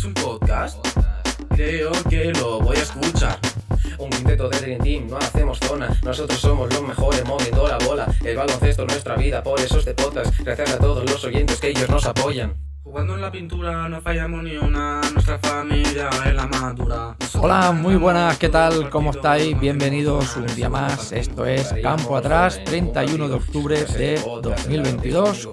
un podcast? Creo que lo voy a escuchar. Un quinteto de Dream Team, no hacemos zona. Nosotros somos los mejores moviendo la bola. El baloncesto es nuestra vida, por eso este podcast. Gracias a todos los oyentes que ellos nos apoyan. Jugando en la pintura no fallamos ni una. Nuestra familia es la madura. Hola, muy buenas, ¿qué tal? ¿Cómo estáis? Bienvenidos un día más. Esto es Campo Atrás, 31 de octubre de 2022,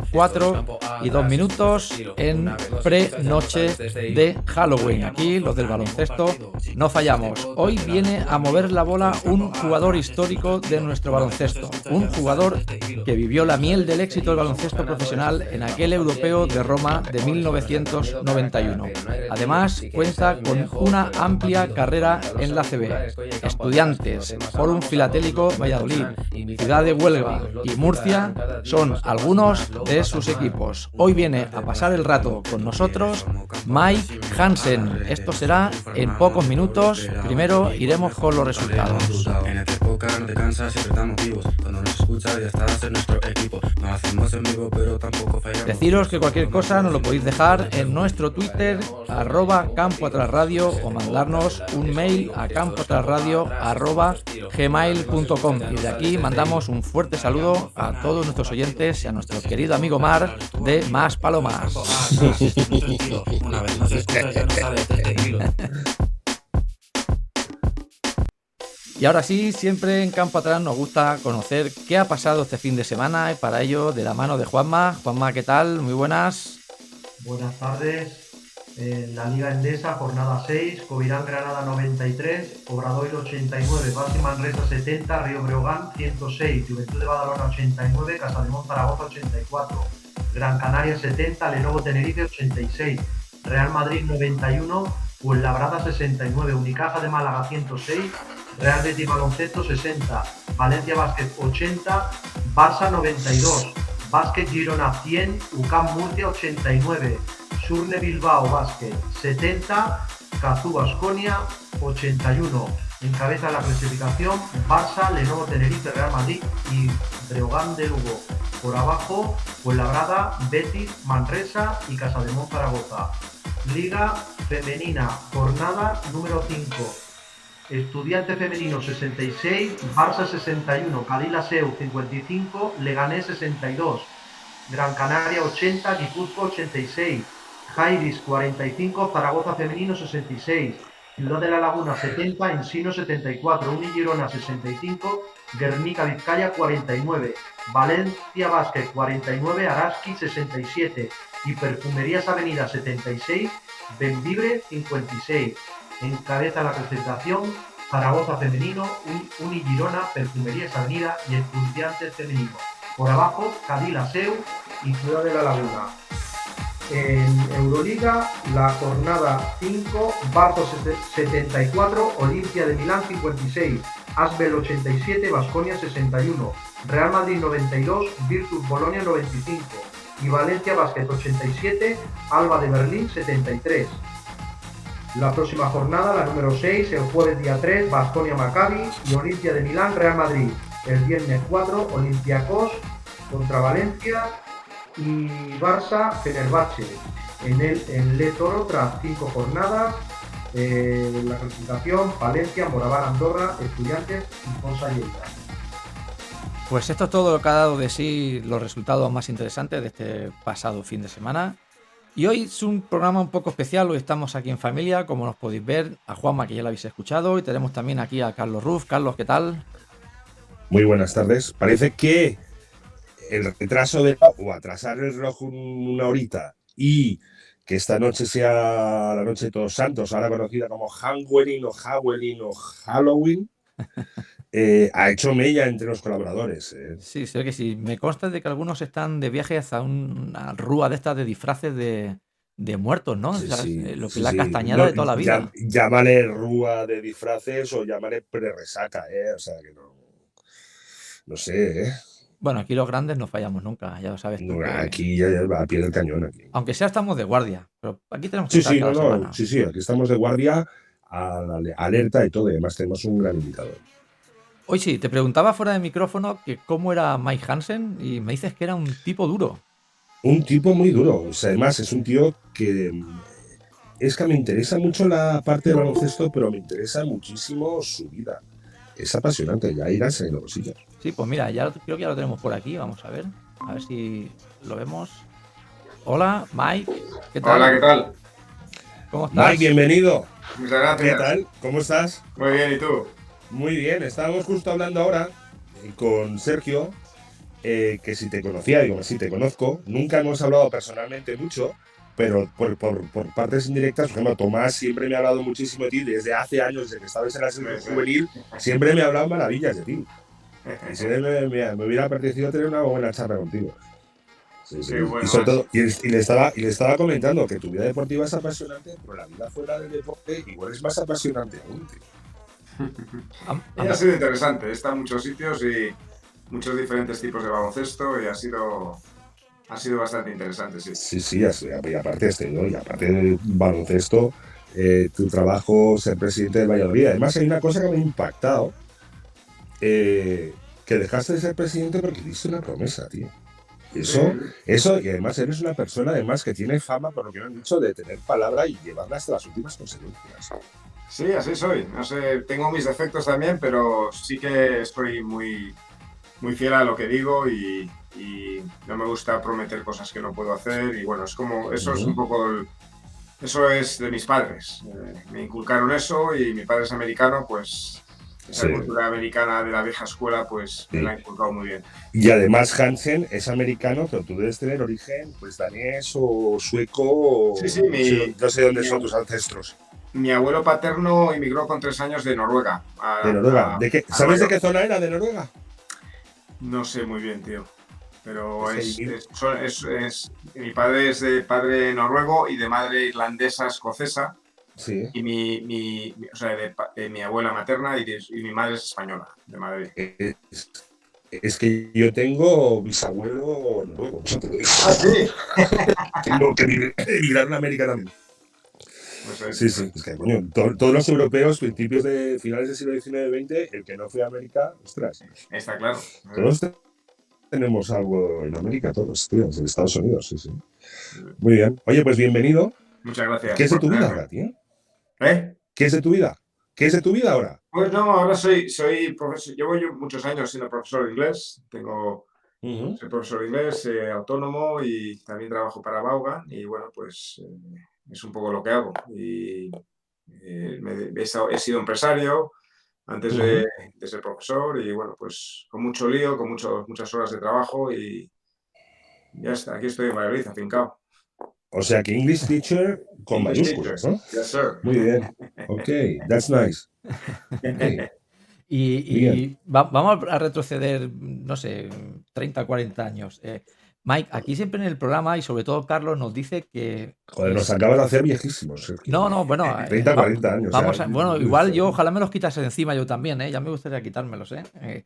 4:02 en pre-noche de Halloween. Aquí, los del baloncesto, no fallamos. Hoy viene a mover la bola un jugador histórico de nuestro baloncesto. Un jugador que vivió la miel del éxito del baloncesto profesional en aquel europeo de Roma de 1991. Además, cuenta con una amplia carrera en la ACB. Estudiantes, Fórum Filatélico Valladolid, Ciudad de Huelva y Murcia son algunos de sus equipos. Hoy viene a pasar el rato con nosotros Mike Hansen. Esto será en pocos minutos. Primero iremos con los resultados. En esta época no te cansas, siempre estamos vivos. Cuando nos escuchas ya estás en nuestro equipo. No hacemos en vivo, pero tampoco fallamos. Deciros que cualquier cosa nos lo podéis dejar en nuestro Twitter, @campoatrasradio, o mandarnos un mail a campoatrasradio@gmail.com. Y de aquí mandamos un fuerte saludo a todos nuestros oyentes y a nuestro querido amigo Mar de Más Palomas. Una vez nos escuchas ya no sabes de este hilo. Y ahora sí, siempre en Campo Atrás nos gusta conocer qué ha pasado este fin de semana, y para ello de la mano de Juanma. Juanma, ¿qué tal? Muy buenas. Buenas tardes. En la Liga Endesa, jornada 6, Covirán Granada 93, Obradoiro 89, Basi Manresa 70, Río Breogán 106, Juventud de Badalona 89, Casademont Zaragoza 84, Gran Canaria 70, Lenovo Tenerife 86, Real Madrid 91, Fuenlabrada 69, Unicaja de Málaga 106, Real Betis Baloncesto 60, Valencia Básquet 80, Barça 92, Básquet Girona 100, UCAM Murcia 89, Surne Bilbao Básquet 70, Cazú Baskonia 81. Encabeza la clasificación Barça, Lenovo Tenerife, Real Madrid y Breogán de Lugo. Por abajo, Fuenlabrada, Betis, Manresa y Casademont Zaragoza. Liga Femenina, jornada número 5. Estudiante Femenino 66, Barça 61, Cadila Seu 55, Leganés 62, Gran Canaria 80, Guipúzcoa 86, Jairis 45, Zaragoza Femenino 66, Ciudad de la Laguna 70, Ensino 74, Uni Girona 65, Guernica Vizcaya 49, Valencia Básquet 49, Araski 67 y Perfumerías Avenida 76, Bembibre 56. Encabeza la clasificación Zaragoza Femenino, Uni Girona, Perfumerías Avenida y Estudiantes Femenino. Por abajo, Cadila Seu y Ciudad de la Laguna. En Euroliga, la jornada 5, Barça 74, Olimpia de Milán 56, Asbel 87, Baskonia 61, Real Madrid 92, Virtus Bolonia 95 y Valencia Básquet 87, Alba de Berlín 73. La próxima jornada, la número 6, el jueves día 3, Baskonia Maccabi y Olimpia de Milán Real Madrid. El viernes 4, Olympiacos contra Valencia y Barça Fenerbahce. En Le Toro, tras 5 jornadas, la clasificación Valencia, Moraván Andorra, Estudiantes y Fonsa Lleida. Pues esto es todo lo que ha dado de sí los resultados más interesantes de este pasado fin de semana. Y hoy es un programa un poco especial. Hoy estamos aquí en familia, como nos podéis ver, a Juanma, que ya lo habéis escuchado, y tenemos también aquí a Carlos Ruf. Carlos, ¿qué tal? Muy buenas tardes. Parece que el retraso o atrasar el reloj una horita y que esta noche sea la noche de Todos Santos, ahora conocida como Halloween o Halloween, ha hecho mella entre los colaboradores. Sí, sé que sí. Me consta de que algunos están de viaje hacia una rúa de estas de disfraces de muertos, ¿no? Sí, lo que es la castañada no, de toda la vida. Llámale rúa de disfraces o llámale pre-resaca, o sea que no sé, Bueno, aquí los grandes no fallamos nunca, ya lo sabes tú. Aquí ya va a pie del cañón. Aquí. Aunque sea estamos de guardia, pero aquí tenemos que estar cada semana. Sí, aquí estamos de guardia, alerta y todo, y además tenemos un gran invitado. Hoy sí, te preguntaba fuera de micrófono que cómo era Mike Hansen y me dices que era un tipo duro. Un tipo muy duro, o sea, además es un tío que es que me interesa mucho la parte de baloncesto, pero me interesa muchísimo su vida. Es apasionante, ya irán saliendo cosillas. Sí, pues mira, creo que ya lo tenemos por aquí. Vamos a ver si lo vemos. Hola, Mike. ¿Qué tal? Hola, ¿qué tal? ¿Cómo estás? Mike, bienvenido. Muchas gracias. ¿Qué tal? ¿Cómo estás? Muy bien, ¿y tú? Muy bien, estábamos justo hablando ahora con Sergio, que si te conocía, digo, sí te conozco, nunca hemos hablado personalmente mucho, pero por partes indirectas, por ejemplo, Tomás siempre me ha hablado muchísimo de ti, desde hace años, desde que estabas en la selección juvenil, siempre me ha hablado maravillas de ti. Y siempre me hubiera apetecido tener una buena charla contigo. Sí, sí. Bueno, y sobre todo, y le estaba comentando que tu vida deportiva es apasionante, pero la vida fuera del deporte igual es más apasionante aún, tío. Ha sido interesante, he estado en muchos sitios y muchos diferentes tipos de baloncesto y ha sido bastante interesante, sí. Sí, y aparte del baloncesto, tu trabajo, ser presidente del Valladolid. Además, hay una cosa que me ha impactado, que dejaste de ser presidente porque hiciste una promesa, tío. Eso, y además eres una persona además que tiene fama, por lo que me han dicho, de tener palabra y llevarla hasta las últimas consecuencias. Sí, así soy. No sé, tengo mis defectos también, pero sí que estoy muy, muy fiel a lo que digo y no me gusta prometer cosas que no puedo hacer. Y bueno, es como, eso es un poco, eso es de mis padres. Me inculcaron eso y mi padre es americano, pues esa cultura americana de la vieja escuela, pues me la ha inculcado muy bien. Y además Hansen es americano, pero tú debes tener origen, pues danés o sueco. Sí, no sé dónde son tus ancestros. Mi abuelo paterno emigró con 3 años de Noruega. ¿De Noruega? ¿Sabes de qué zona era de Noruega? No sé muy bien, tío. Pero mi padre es de padre noruego y de madre irlandesa, escocesa. Sí. Y mi abuela materna y mi madre es española, de Madrid. Es que yo tengo bisabuelo noruego. ¿Ah, sí? Tengo que emigrar a América también. Pues sí. Es que, coño, todos los europeos, principios de finales del siglo XIX-XX, el que no fue a América, ostras. Está claro. Todos tenemos algo en América, todos, tío, en Estados Unidos, sí. Muy bien. Oye, pues bienvenido. Muchas gracias. ¿Qué es de tu vida ahora, tío? ¿Eh? ¿Qué es de tu vida? ¿Qué es de tu vida ahora? Pues no, ahora soy profesor. Llevo muchos años siendo profesor de inglés. Soy profesor de inglés, autónomo y también trabajo para Vaughan. Y bueno, pues es un poco lo que hago. Y he sido empresario antes de ser profesor y bueno, pues con mucho lío, con muchas horas de trabajo y ya está. Aquí estoy en Valladolid, afincado. O sea que English teacher con mayúsculas, ¿no? Yes, sir. Muy bien. Ok, that's nice. Okay. Y vamos a retroceder, no sé, 30, 40 años. Mike, aquí siempre en el programa y sobre todo Carlos nos dice que... Joder, nos acabas de hacer viejísimos. No, bueno... 30, 40 años. Bueno, igual yo ojalá me los quitase de encima yo también, ya me gustaría quitármelos,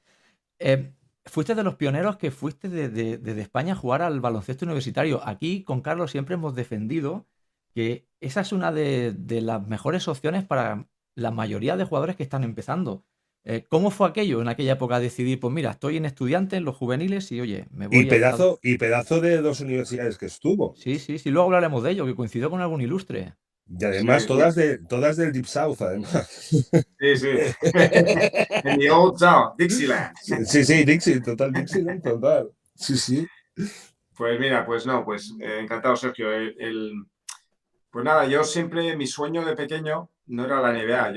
fuiste de los pioneros que fuiste desde España a jugar al baloncesto universitario. Aquí con Carlos siempre hemos defendido que esa es una de las mejores opciones para la mayoría de jugadores que están empezando. ¿Cómo fue aquello en aquella época decidir, pues mira, estoy en estudiantes, en los juveniles y oye, me voy y pedazo de 2 universidades que estuvo. Sí, luego hablaremos de ello, que coincidió con algún ilustre. Y además todas del Deep South, además. Sí. En the Old South, Dixieland. Sí, Dixieland, total. Sí. Pues mira, encantado, Sergio. Pues nada, yo siempre, mi sueño de pequeño no era la NBA.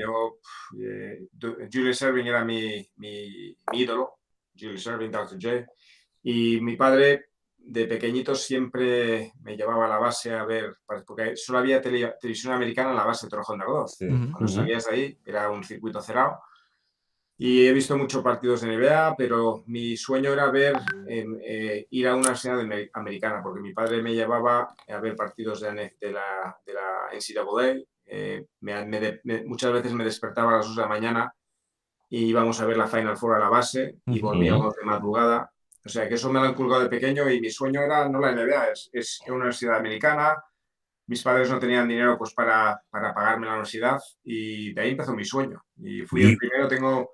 Julius Erving era mi ídolo, Julius Erving, Dr. J. Y mi padre, de pequeñito, siempre me llevaba a la base a ver, porque solo había televisión americana en la base de Torrejón de Ardoz. Sí. Cuando salías de ahí, era un circuito cerrado. Y he visto muchos partidos de NBA, pero mi sueño era ir a una universidad americana, porque mi padre me llevaba a ver partidos de la NCAA. Muchas veces me despertaba a las 2 de la mañana y íbamos a ver la Final Four a la base y volvíamos de madrugada. O sea, que eso me lo han inculcado de pequeño y mi sueño era no la NBA, es una universidad americana. Mis padres no tenían dinero pues para pagarme la universidad y de ahí empezó mi sueño. Y fui el primero, tengo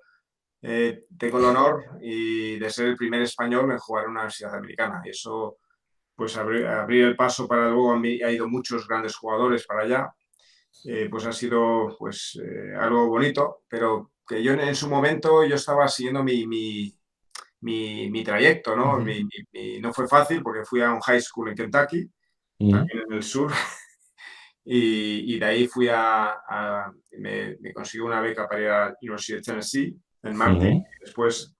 el honor de ser el primer español en jugar en una universidad americana. Y eso, pues abrir el paso para luego, ha ido muchos grandes jugadores para allá. pues ha sido pues, algo bonito, pero que yo en su momento yo estaba siguiendo mi trayecto, ¿no? No fue fácil porque fui a un high school en Kentucky, también en el sur, y de ahí fui me conseguí una beca para ir a la University of Tennessee en Martin. Después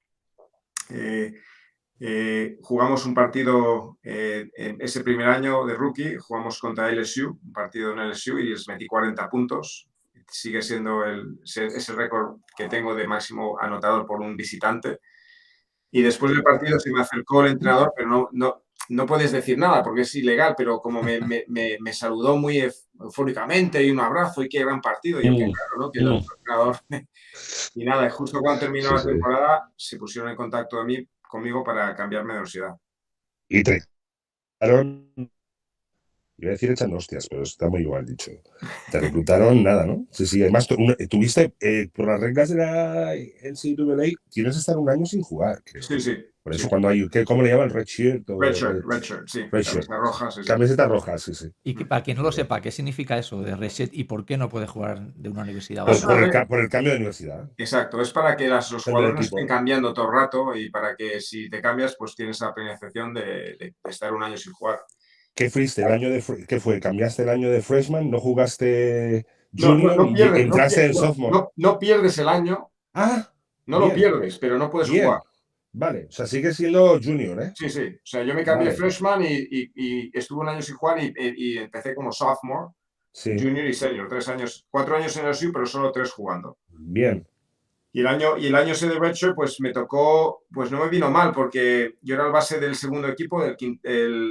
jugamos un partido en ese primer año de rookie, jugamos contra LSU, un partido en LSU, y les metí 40 puntos. Sigue siendo es el récord que tengo de máximo anotador por un visitante. Y después del partido se me acercó el entrenador, pero no puedes decir nada porque es ilegal, pero como me saludó muy eufóricamente y un abrazo y qué gran partido. Y yo, qué claro, ¿no? Que el entrenador... Y nada, justo cuando terminó la temporada se pusieron en contacto conmigo para cambiarme de universidad. Y te reclutaron, iba a decir echando hostias, pero está muy igual dicho. Te reclutaron nada, ¿no? Sí, sí. Además, tuviste, por las reglas de la NCAA, tienes que estar un año sin jugar, creo. Sí, sí. Por eso cuando hay, ¿cómo le llaman? Redshirt. Redshirt, sí. Redshirt. Camiseta roja, sí. Camiseta roja, sí, sí. Y que, para quien no lo sepa, ¿qué significa eso de redshirt y por qué no puede jugar de una universidad a Pues otra? por el cambio de universidad. Exacto, es para que los jugadores no estén cambiando todo el rato y para que si te cambias, pues tienes la penalización de estar un año sin jugar. ¿Qué fuiste? ¿Qué fue? ¿Cambiaste el año de freshman? ¿No jugaste junior y entraste en sophomore? No pierdes el año. No lo pierdes, pero no puedes jugar. Vale, o sea, sigue siendo junior, ¿eh? Sí, sí. O sea, yo me cambié freshman y estuve un año sin jugar y empecé como sophomore, junior y senior. 4 años en el SU, pero solo 3 jugando. Bien. Y el año ese de redshirt, pues me tocó, pues no me vino mal, porque yo era el base del segundo equipo y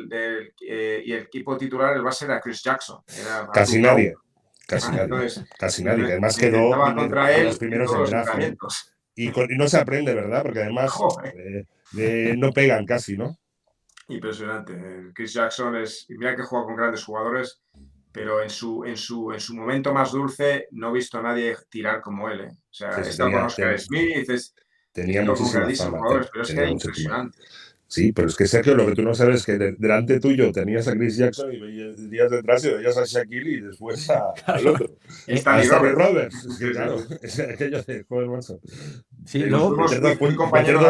el equipo titular, el base era Chris Jackson. Casi nadie. Entonces, casi nadie. Además quedó contra él los primeros en draft. Y no se aprende, ¿verdad? Porque además no pegan casi, ¿no? Impresionante. Chris Jackson mira que juega con grandes jugadores, pero en su momento más dulce no he visto a nadie tirar como él. O sea, está con Oscar Smith, tenía muchísima fama, jugadores, pero es que era impresionante. Sí, pero es que Sergio, lo que tú no sabes es que delante tuyo tenías a Chris Jackson y veías detrás y veías a Shaquille y después al otro. Stanley Roberts. Es que claro, es aquello de joder, macho. Sí, luego fui compañero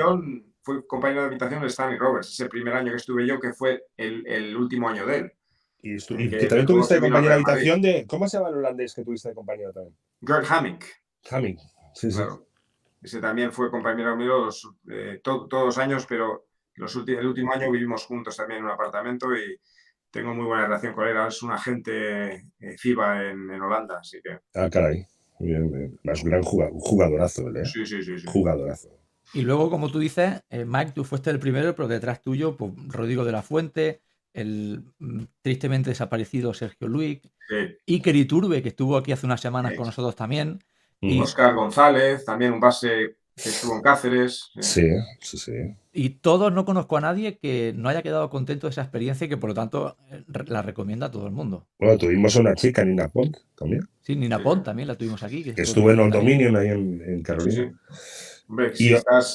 de habitación de Stanley Roberts, ese primer año que estuve yo, que fue el último año de él. Y que también tuviste de compañero de habitación de... ¿Cómo se llama el holandés que tuviste de compañero también? Gert Hamming. Hamming, sí, claro. Sí. Ese también fue compañero mío todos los años, pero el último año vivimos juntos también en un apartamento y tengo muy buena relación con él. Es un agente FIBA en Holanda, así que... caray. Bien, bien. Es un gran jugadorazo, ¿eh? Sí. Jugadorazo. Y luego, como tú dices, Mike, tú fuiste el primero, pero detrás tuyo, pues Rodrigo de la Fuente, el tristemente desaparecido Sergio Luis, Iker Iturbe, que estuvo aquí hace unas semanas con nosotros también. Y Oscar González, también un base que estuvo en Cáceres. Sí. Y todos, no conozco a nadie que no haya quedado contento de esa experiencia y que por lo tanto la recomienda a todo el mundo. Bueno, tuvimos a una chica, Nina Pont, también. Sí, Nina Pont también la tuvimos aquí. Que estuvo en Old Dominion ahí en Carolina. Sí. Hombre, si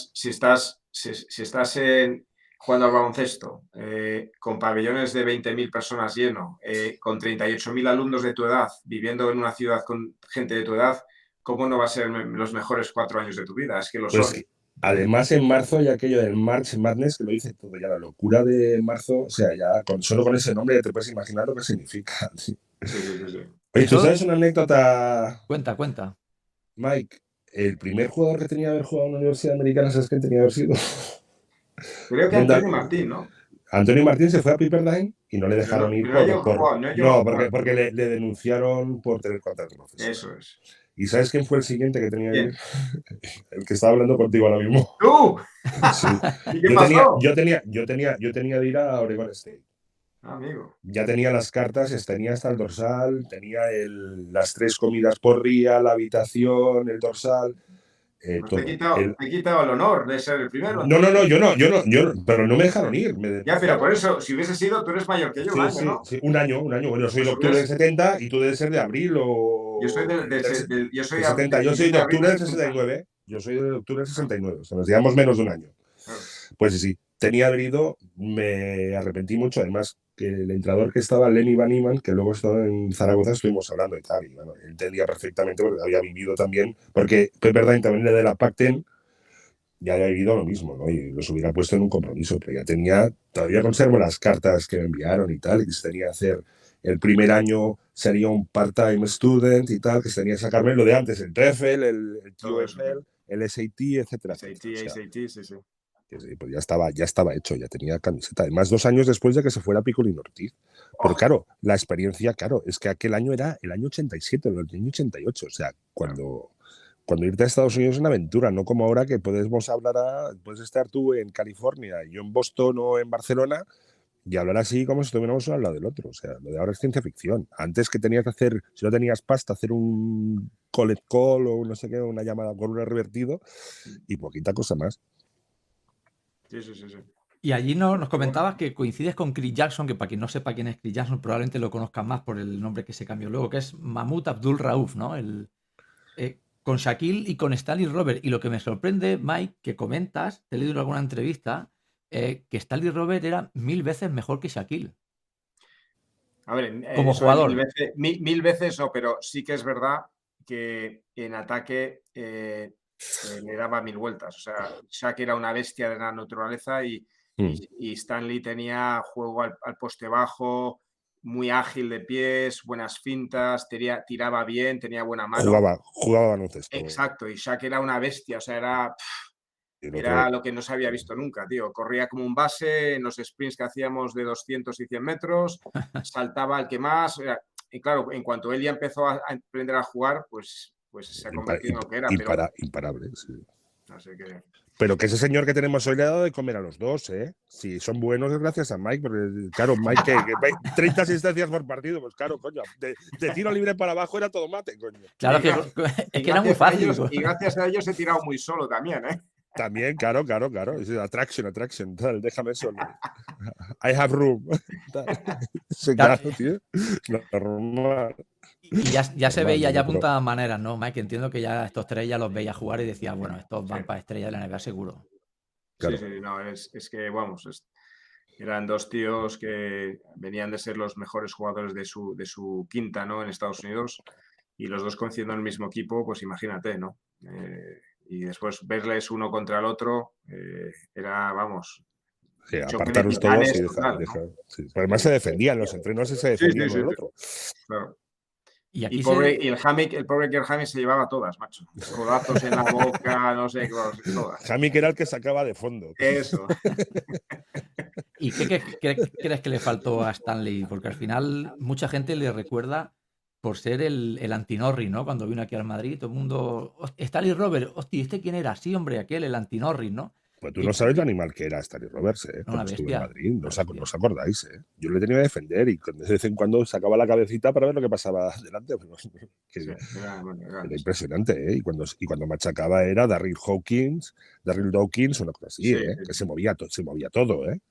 estás jugando al baloncesto con pabellones de 20.000 personas llenos, con 38.000 alumnos de tu edad, viviendo en una ciudad con gente de tu edad, ¿cómo no va a ser los mejores 4 años de tu vida? Es que lo son. Además, en marzo, ya aquello del March Madness, que lo dice todo, ya la locura de marzo, o sea, ya solo con ese nombre ya te puedes imaginar lo que significa. Sí. Oye, ¿tú sabes una anécdota? Cuenta. Mike, el primer jugador que tenía que haber jugado en una universidad americana, ¿sabes quién tenía que haber sido? Creo que Antonio Martín, ¿no? Antonio Martín se fue a Pepperdine y no le dejaron ir porque le denunciaron por tener contrato profesional. Eso es. ¿Y sabes quién fue el siguiente que tenía que ir? El que estaba hablando contigo ahora mismo. ¡Tú! Sí. ¿Y qué pasó? Yo tenía de ir a Oregon State. Amigo. Ya tenía las cartas, tenía hasta el dorsal, tenía las 3 comidas por día, la habitación, el dorsal. Te he quitado el honor de ser el primero. No, yo no, pero no me dejaron ir. Ya, pero por eso, si hubiese sido, tú eres mayor que yo, ¿no? Sí, un año. Bueno, yo soy de octubre del 70 y tú debes ser de abril o... Yo soy de octubre del 69. Yo soy de octubre del 69. O sea, nos llevamos menos de un año. Pues sí, tenía haber ido, me arrepentí mucho. Además, que el entrenador que estaba, Lenny Van Niemann, que luego estaba en Zaragoza, estuvimos hablando y tal, y bueno, él entendía perfectamente porque había vivido también, porque Pepe Dain también de la Pac-10 ya había vivido lo mismo, ¿no? Y los hubiera puesto en un compromiso, pero ya tenía, todavía conservo las cartas que me enviaron y tal, y que se tenía que hacer el primer año sería un part-time student y tal, que se tenía que sacarme lo de antes, el TOEFL, el TOEFL, el SAT, etcétera, etcétera. O sea, SAT, sí, sí. que sí, pues ya estaba hecho, ya tenía camiseta. Además, 2 años después de que se fuera Picolín Ortiz. Pero claro, la experiencia, claro, es que aquel año era el año 87, el año 88. O sea, cuando irte a Estados Unidos es una aventura, no como ahora que puedes estar tú en California y yo en Boston o en Barcelona y hablar así como si estuviéramos uno al lado del otro. O sea, lo de ahora es ciencia ficción. Antes que tenías que hacer, si no tenías pasta, hacer un collect call o no sé qué, una llamada con un revertido y poquita cosa más. Sí. Y allí nos comentabas que coincides con Chris Jackson, que para quien no sepa quién es Chris Jackson, probablemente lo conozcan más por el nombre que se cambió luego, que es Mahmoud Abdul Rauf, ¿no? Con Shaquille y con Stanley Robert. Y lo que me sorprende, Mike, que comentas, te he leído en alguna entrevista, que Stanley Robert era 1000 veces mejor que Shaquille. A ver, como jugador. Mil veces no, pero sí que es verdad que en ataque le daba 1000 vueltas. O sea, Shaq era una bestia de la naturaleza y Stanley tenía juego al poste bajo, muy ágil de pies, buenas fintas, tiraba bien, tenía buena mano. Jugaba baloncesto. Exacto, y Shaq era una bestia, o sea, era lo que no se había visto nunca, tío. Corría como un base en los sprints que hacíamos de 200 y 100 metros, saltaba al que más. Y claro, en cuanto él ya empezó a aprender a jugar, pues se ha convertido en lo que era. Imparable, sí. Así que... Pero que ese señor que tenemos hoy le ha dado de comer a los dos, ¿eh? Si son buenos es gracias a Mike, porque claro, Mike, que 30 asistencias por partido, pues claro, coño, de tiro libre para abajo era todo mate, coño. Claro, es que era muy fácil. Y gracias a ellos he tirado muy solo también, ¿eh? También, claro. Attraction, tal, déjame solo. I have room. Claro, tío. Normal. Y ya se veía, ya apuntaban maneras, ¿no, Mike? Entiendo que ya estos tres ya los veía jugar y decía, bueno, estos van para estrella de la NBA seguro. Claro. Sí, no, es que, vamos, eran dos tíos que venían de ser los mejores jugadores de su quinta, ¿no? En Estados Unidos, y los dos coincidiendo en el mismo equipo, pues imagínate, ¿no? Y después verles uno contra el otro era, vamos... Sí, apartaros todos y dejar. Sí. Además se defendían, los entrenos se defendían uno del otro. Claro. Y el pobre Kerr Hammick se llevaba todas, macho. Codazos en la boca, no sé, todas. Hammick era el que sacaba de fondo. Eso. ¿Y qué crees que le faltó a Stanley? Porque al final mucha gente le recuerda por ser el anti-Norris, ¿no? Cuando vino aquí al Madrid, todo el mundo... Stanley Robert, hostia, ¿este quién era? Sí, hombre, aquel, el anti-Norris, ¿no? Pues tú no sabes lo animal que era Stanley Roberts, cuando estuvo en Madrid. No os acordáis, ¿eh? Yo le tenía que defender y de vez en cuando sacaba la cabecita para ver lo que pasaba delante. Era impresionante, ¿eh? Y cuando machacaba era Daryl Dawkins, una cosa así, ¿eh? Que se movía todo, ¿eh?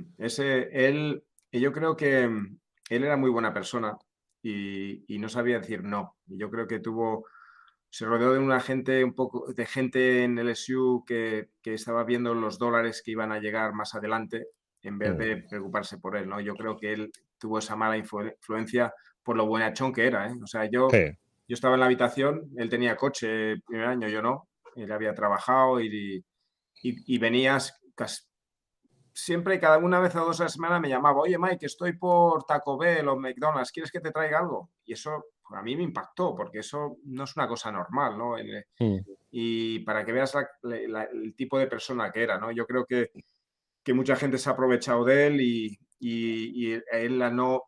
Yo creo que él era muy buena persona y no sabía decir no. Y yo creo que se rodeó de un poco de gente en el LSU que estaba viendo los dólares que iban a llegar más adelante en vez de preocuparse por él, ¿no? Yo creo que él tuvo esa mala influencia por lo buenachón que era, ¿eh? O sea, yo estaba en la habitación, él tenía coche el primer año, yo no, él había trabajado y venías casi siempre, cada una vez o dos a la semana me llamaba, oye Mike, estoy por Taco Bell o McDonald's, ¿quieres que te traiga algo? Y eso a mí me impactó, porque eso no es una cosa normal, ¿no? Y para que veas el tipo de persona que era, ¿no? Yo creo que mucha gente se ha aprovechado de él y él no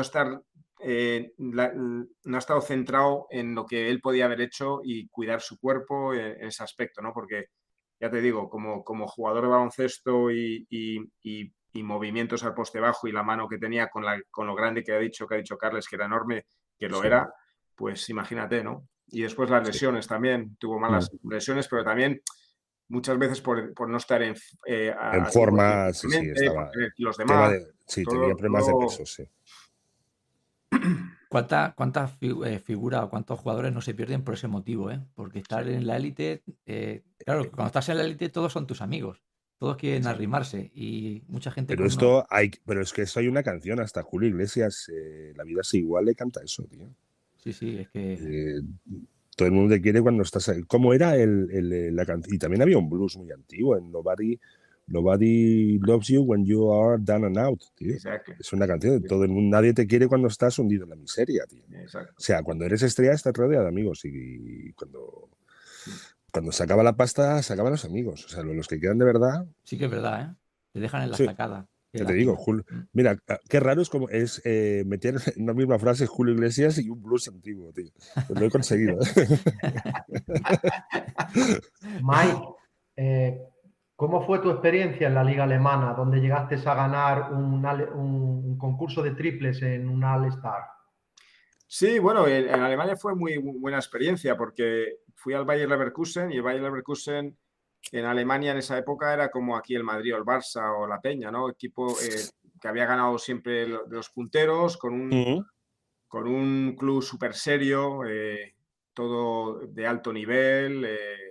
ha estado centrado en lo que él podía haber hecho y cuidar su cuerpo en ese aspecto, ¿no? Porque, ya te digo, como jugador de baloncesto y movimientos al poste bajo y la mano que tenía con lo grande que ha dicho Carles, que era enorme, que lo era, pues imagínate, ¿no? Y después las lesiones también, tuvo malas lesiones, pero también muchas veces por no estar en forma, estaba. Los demás. Tenía problemas de peso, sí. ¿Cuántas figuras o cuántos jugadores no se pierden por ese motivo, eh? Porque estar en la élite, claro, cuando estás en la élite todos son tus amigos, todos quieren arrimarse y mucha gente... Pero esto pero es que esto hay una canción, hasta Julio Iglesias, La vida es igual, le canta eso, tío. Sí, es que... todo el mundo te quiere cuando estás ahí. ¿Cómo era la canción? Y también había un blues muy antiguo, en Nobody Loves You When You Are Down and Out, tío. Exacto. Es una canción de todo el mundo. Nadie te quiere cuando estás hundido en la miseria, tío. Exacto. O sea, cuando eres estrella estás rodeado de amigos y cuando se acaba la pasta, se acaban los amigos. O sea, los que quedan de verdad... Sí que es verdad, ¿eh? Te dejan en la sí. estacada. Ya te digo, mira, qué raro es meter en una misma frase Julio Iglesias y un blues antiguo, tío. Pues lo he conseguido. Mike, ¿cómo fue tu experiencia en la liga alemana, donde llegaste a ganar un concurso de triples en un All-Star? Sí, bueno, en Alemania fue muy buena experiencia porque fui al Bayer Leverkusen y el Bayer Leverkusen en Alemania en esa época era como aquí el Madrid o el Barça o la Peña, ¿no? Equipo que había ganado siempre de los punteros, con un club súper serio, todo de alto nivel,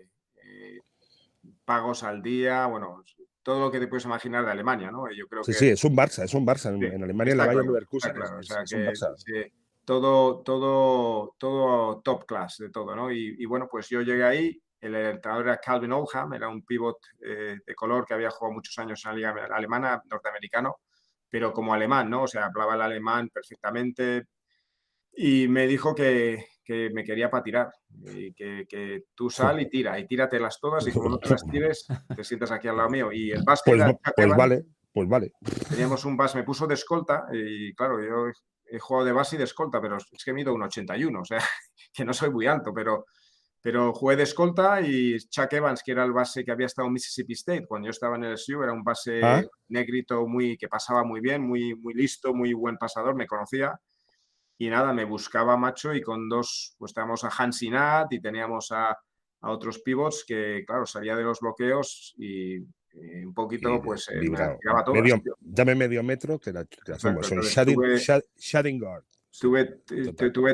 pagos al día, bueno, todo lo que te puedes imaginar de Alemania, ¿no? Yo creo que... Sí, es un Barça. Sí, en Alemania, en la Bayer Leverkusen, claro, o sea, es un Barça. Todo top class de todo, ¿no? Y bueno, pues yo llegué ahí. El entrenador era Calvin Oldham, era un pivot de color que había jugado muchos años en la liga alemana, norteamericano, pero como alemán, ¿no? O sea, hablaba el alemán perfectamente y me dijo que me quería para tirar y que tú sal y tira y tíratelas todas y como no te las tires, te sientas aquí al lado mío. Y el básquet pues vale. Teníamos un base, me puso de escolta y claro, yo he jugado de base y de escolta, pero es que mido 1,81, o sea, que no soy muy alto, pero jugué de escolta y Chuck Evans, que era el base que había estado en Mississippi State cuando yo estaba en el SU, era un base negrito que pasaba muy bien, muy listo, muy buen pasador, me conocía. Y nada, me buscaba, macho, y con dos, pues teníamos a Hansi Nat y teníamos a otros pivots que, claro, salía de los bloqueos y un poquito, pues, me tiraba todas. Dame medio metro, que la hacemos. Son shading guard. Tuve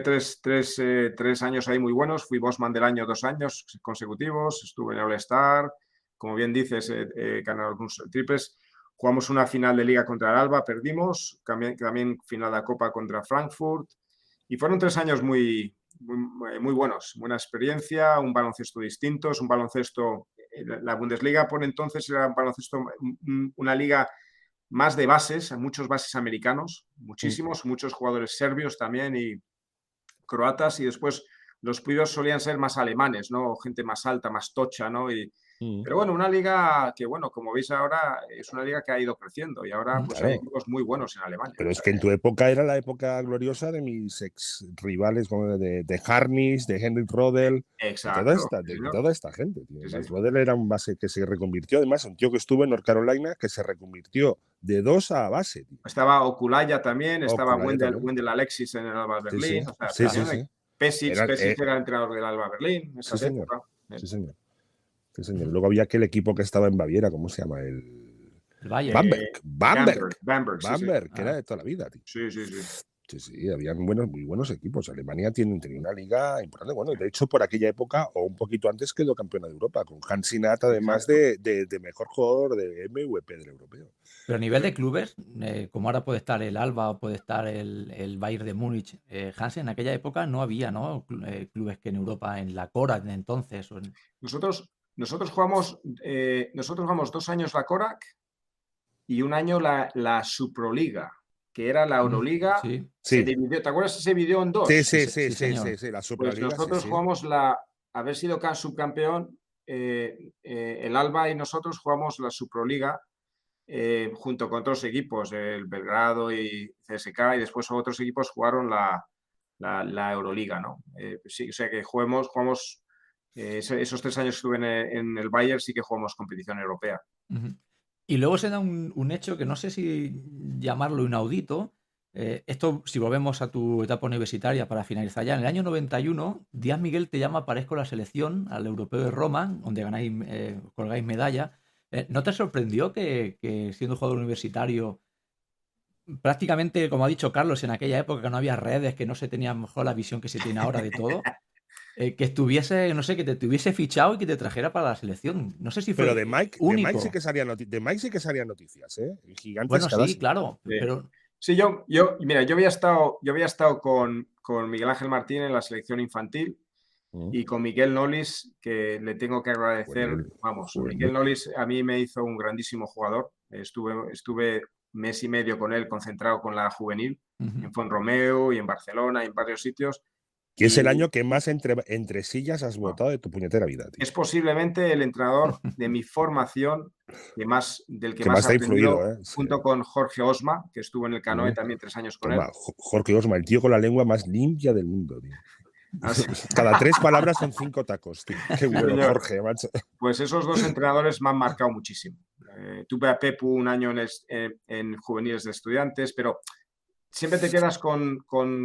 tres años ahí muy buenos. Fui Bosman del año 2 años consecutivos. Estuve en All-Star. Como bien dices, gané algunos triples. Jugamos una final de liga contra el Alba, perdimos. También final de Copa contra Frankfurt. Y fueron 3 años muy buenos. Buena experiencia, un baloncesto distinto. Es un baloncesto... La Bundesliga por entonces era un baloncesto, una liga más de bases, muchos bases americanos, muchos jugadores serbios también y croatas, y después los pibos solían ser más alemanes, ¿no? Gente más alta, más tocha, ¿no? Pero bueno, una liga que, bueno, como veis ahora, es una liga que ha ido creciendo y ahora pues hay equipos muy buenos en Alemania. Pero es que en tu época era la época gloriosa de mis ex rivales, como de Harnis, de Henrik Rodel, de toda esta gente. Rodel era un base que se reconvirtió, además, un tío que estuvo en North Carolina que se reconvirtió de 2 a base. Tío. Estaba Okulaya también, estaba Wendell Alexis en el Alba Berlín. Pesic era el entrenador del Alba Berlín. Sí, señor. Sí, señor. Luego había aquel equipo que estaba en Baviera, ¿cómo se llama? El Bamberg, que era de toda la vida, tío. Sí, habían muy buenos equipos. Alemania tenía una liga importante. Bueno, de hecho, por aquella época, o un poquito antes, quedó campeona de Europa, con Hansi Nat, además de mejor jugador de MVP del europeo. Pero a nivel de clubes, como ahora puede estar el Alba o puede estar el Bayern de Múnich, Hansi, en aquella época no había, ¿no? Clubes que en Europa, en la Cora de entonces. Nosotros jugamos 2 años la Korak y un año la Suproliga, que era la Euroliga. Se dividió, ¿te acuerdas? Se dividió en 2. Sí, la Suproliga. Pues nosotros jugamos haber sido subcampeón, el Alba y nosotros jugamos la Suproliga junto con otros equipos, el Belgrado y CSK, y después otros equipos jugaron la Euroliga, ¿no? Sí, o sea que jugamos esos 3 años que estuve en el Bayern, sí que jugamos competición europea. Y luego se da un hecho que no sé si llamarlo inaudito. Esto, si volvemos a tu etapa universitaria para finalizar ya, en el año 91, Díaz Miguel te llama para la selección al Europeo de Roma, donde colgáis medalla. ¿No te sorprendió que siendo jugador universitario, prácticamente, como ha dicho Carlos, en aquella época que no había redes, que no se tenía mejor la visión que se tiene ahora de todo? que estuviese, no sé, que te tuviese fichado y que te trajera para la selección. No sé si fue Pero de Mike sí que salían noticias, ¿eh? Gigantes bueno, cada sí, claro, Sí. pero Sí, mira, yo había estado con Miguel Ángel Martín en la selección infantil y con Miguel Nolis, que le tengo que agradecer, Miguel Nolis a mí me hizo un grandísimo jugador. Estuve mes y medio con él concentrado con la juvenil en Fonromeo y en Barcelona y en varios sitios. Que es el año que más entre sillas has votado de tu puñetera vida, tío. Es posiblemente el entrenador de mi formación del que más te ha aprendido, influido, junto con Jorge Osma, que estuvo en el Canoe también 3 años con él. Jorge Osma, el tío con la lengua más limpia del mundo, tío. Cada 3 palabras son 5 tacos, tío. Qué bueno, Jorge, macho. Pues esos 2 entrenadores me han marcado muchísimo. Tuve a Pepu un año en juveniles de estudiantes, pero siempre te quedas con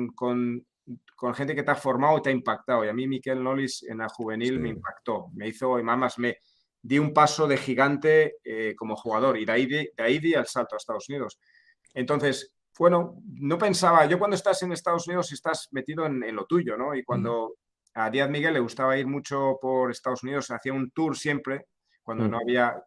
gente que te ha formado y te ha impactado. Y a mí Miquel Nolis en la juvenil me impactó. Me hizo, y más me di un paso de gigante como jugador y de ahí di al salto a Estados Unidos. Entonces, bueno, no pensaba, yo cuando estás en Estados Unidos estás metido en lo tuyo, ¿no? Y cuando a Díaz Miguel le gustaba ir mucho por Estados Unidos, hacía un tour siempre, cuando no había...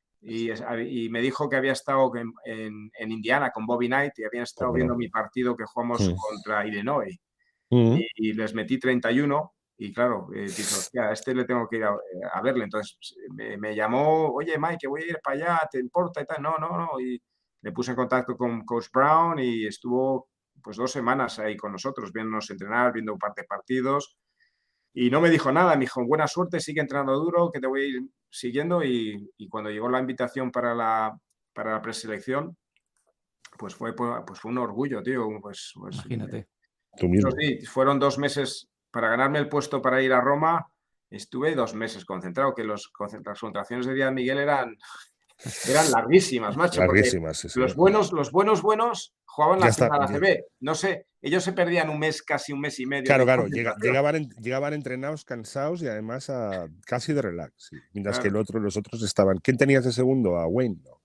Y me dijo que había estado en Indiana con Bobby Knight y habían estado viendo mi partido que jugamos contra Illinois. Y les metí 31 y claro, dije, hostia, a este le tengo que ir a verle. Entonces me llamó, oye, Mike, que voy a ir para allá, ¿te importa? Y tal. No. Y me puse en contacto con Coach Brown y estuvo pues 2 semanas ahí con nosotros, viéndonos entrenar, viendo un par de partidos. Y no me dijo nada, me dijo, buena suerte, sigue entrenando duro, que te voy a ir siguiendo. Y cuando llegó la invitación para la preselección, pues fue un orgullo, tío. Pues imagínate. Tú mismo. Sí, fueron 2 meses para ganarme el puesto para ir a Roma. Estuve 2 meses concentrado, que las concentraciones de Díaz Miguel eran larguísimas, macho. Larguísimas, sí. Los buenos jugaban la final ACB. No sé, ellos se perdían casi un mes y medio. Claro, llegaban entrenados, cansados y además casi de relax. Sí. Mientras que los otros estaban. ¿Quién tenías de segundo? ¿A Wayne? No.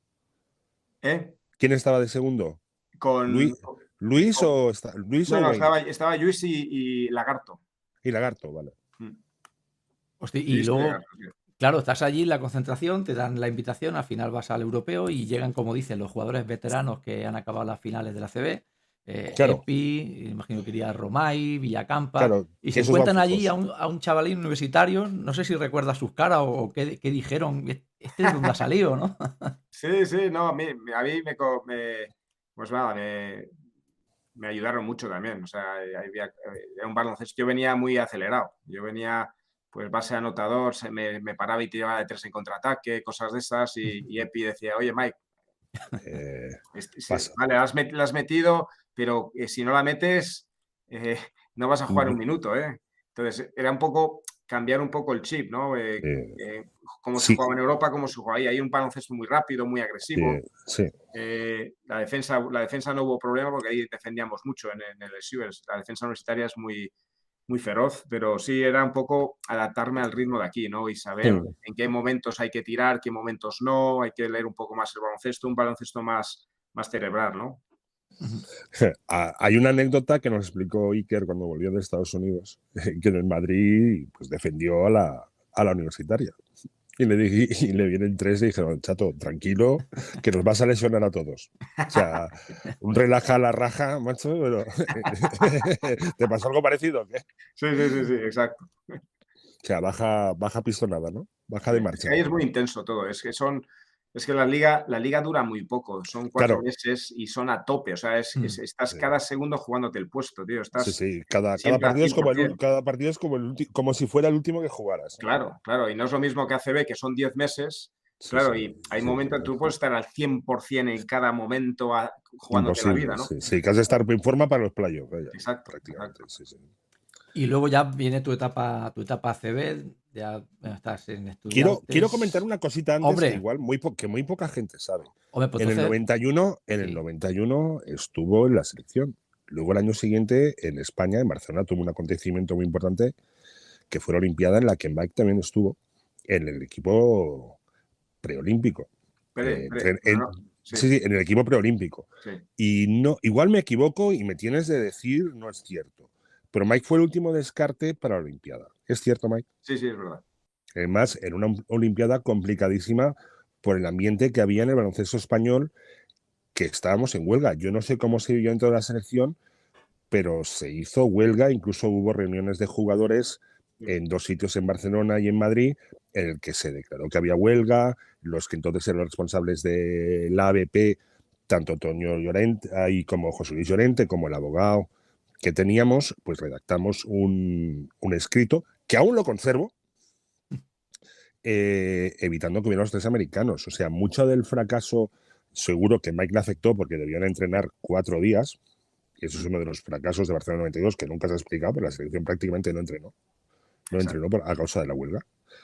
¿Quién estaba de segundo? Con ¿Luis o Wayne? Estaba Luis y Lagarto. Y Lagarto, vale. Hostia, y luego, Lagarto, claro, estás allí en la concentración, te dan la invitación, al final vas al europeo y llegan, como dicen, los jugadores veteranos que han acabado las finales de la CB. Epi, imagino que iría Romay, Villacampa, y se encuentran allí a un chavalín universitario, no sé si recuerdas sus caras o qué dijeron, este es donde ha salido, ¿no? Sí, no, a mí pues nada, me ayudaron mucho también, o sea, era un baloncesto, yo venía muy acelerado, yo venía pues base anotador, me paraba y tiraba de 3 en contraataque, cosas de esas, y Epi decía, oye Mike, vale, la has metido, pero si no la metes, no vas a jugar un minuto, ¿eh? Entonces, era un poco cambiar un poco el chip, ¿no? Cómo se jugaba en Europa, cómo se jugaba ahí. Hay un baloncesto muy rápido, muy agresivo. La defensa no hubo problema porque ahí defendíamos mucho en el Sewers. La defensa universitaria es muy, muy feroz, pero sí era un poco adaptarme al ritmo de aquí, ¿no? Y saber en qué momentos hay que tirar, qué momentos no, hay que leer un poco más el baloncesto, un baloncesto más cerebral, ¿no? Hay una anécdota que nos explicó Iker cuando volvió de Estados Unidos, que en el Madrid pues, defendió a la universitaria. Y le vienen 3 y dijeron, chato, tranquilo, que nos vas a lesionar a todos. O sea, un relaja a la raja, macho, pero ¿te pasó algo parecido o qué? Sí, exacto. O sea, baja pistonada, ¿no? Baja de marcha. Ahí es muy intenso todo, es que la liga dura muy poco, son 4 meses y son a tope, o sea, estás cada segundo jugándote el puesto, tío. Sí, cada partido es como si fuera el último que jugaras. Claro, y no es lo mismo que ACB, que son 10 meses, y hay momentos, tú puedes estar al 100% en cada momento jugándote la vida, ¿no? Sí, que has de estar en forma para los playoffs. Exacto. Prácticamente, sí. Y luego ya viene tu etapa ACB, ya estás en estudiantes. Quiero comentar una cosita antes que igual muy poca gente sabe. Pues en el 91 estuvo en la selección. Luego el año siguiente en España, en Barcelona, tuvo un acontecimiento muy importante que fue la Olimpiada en la que Mike también estuvo en el equipo preolímpico. Sí, en el equipo preolímpico. Sí. Y no, igual me equivoco y me tienes de decir no es cierto. Pero Mike fue el último descarte para la Olimpiada. ¿Es cierto, Mike? Sí, es verdad. Además, en una Olimpiada complicadísima por el ambiente que había en el baloncesto español, que estábamos en huelga. Yo no sé cómo se vivió dentro de la selección, pero se hizo huelga, incluso hubo reuniones de jugadores en 2 sitios, en Barcelona y en Madrid, en el que se declaró que había huelga. Los que entonces eran los responsables de la ABP, tanto Toño Llorente como José Luis Llorente, como el abogado que teníamos, pues redactamos un escrito, que aún lo conservo, evitando que hubieran los 3 americanos. O sea, mucho del fracaso, seguro que Mike le afectó porque debían entrenar 4 días, y eso es uno de los fracasos de Barcelona 92 que nunca se ha explicado, pero la selección prácticamente no entrenó. No entrenó a causa de la huelga.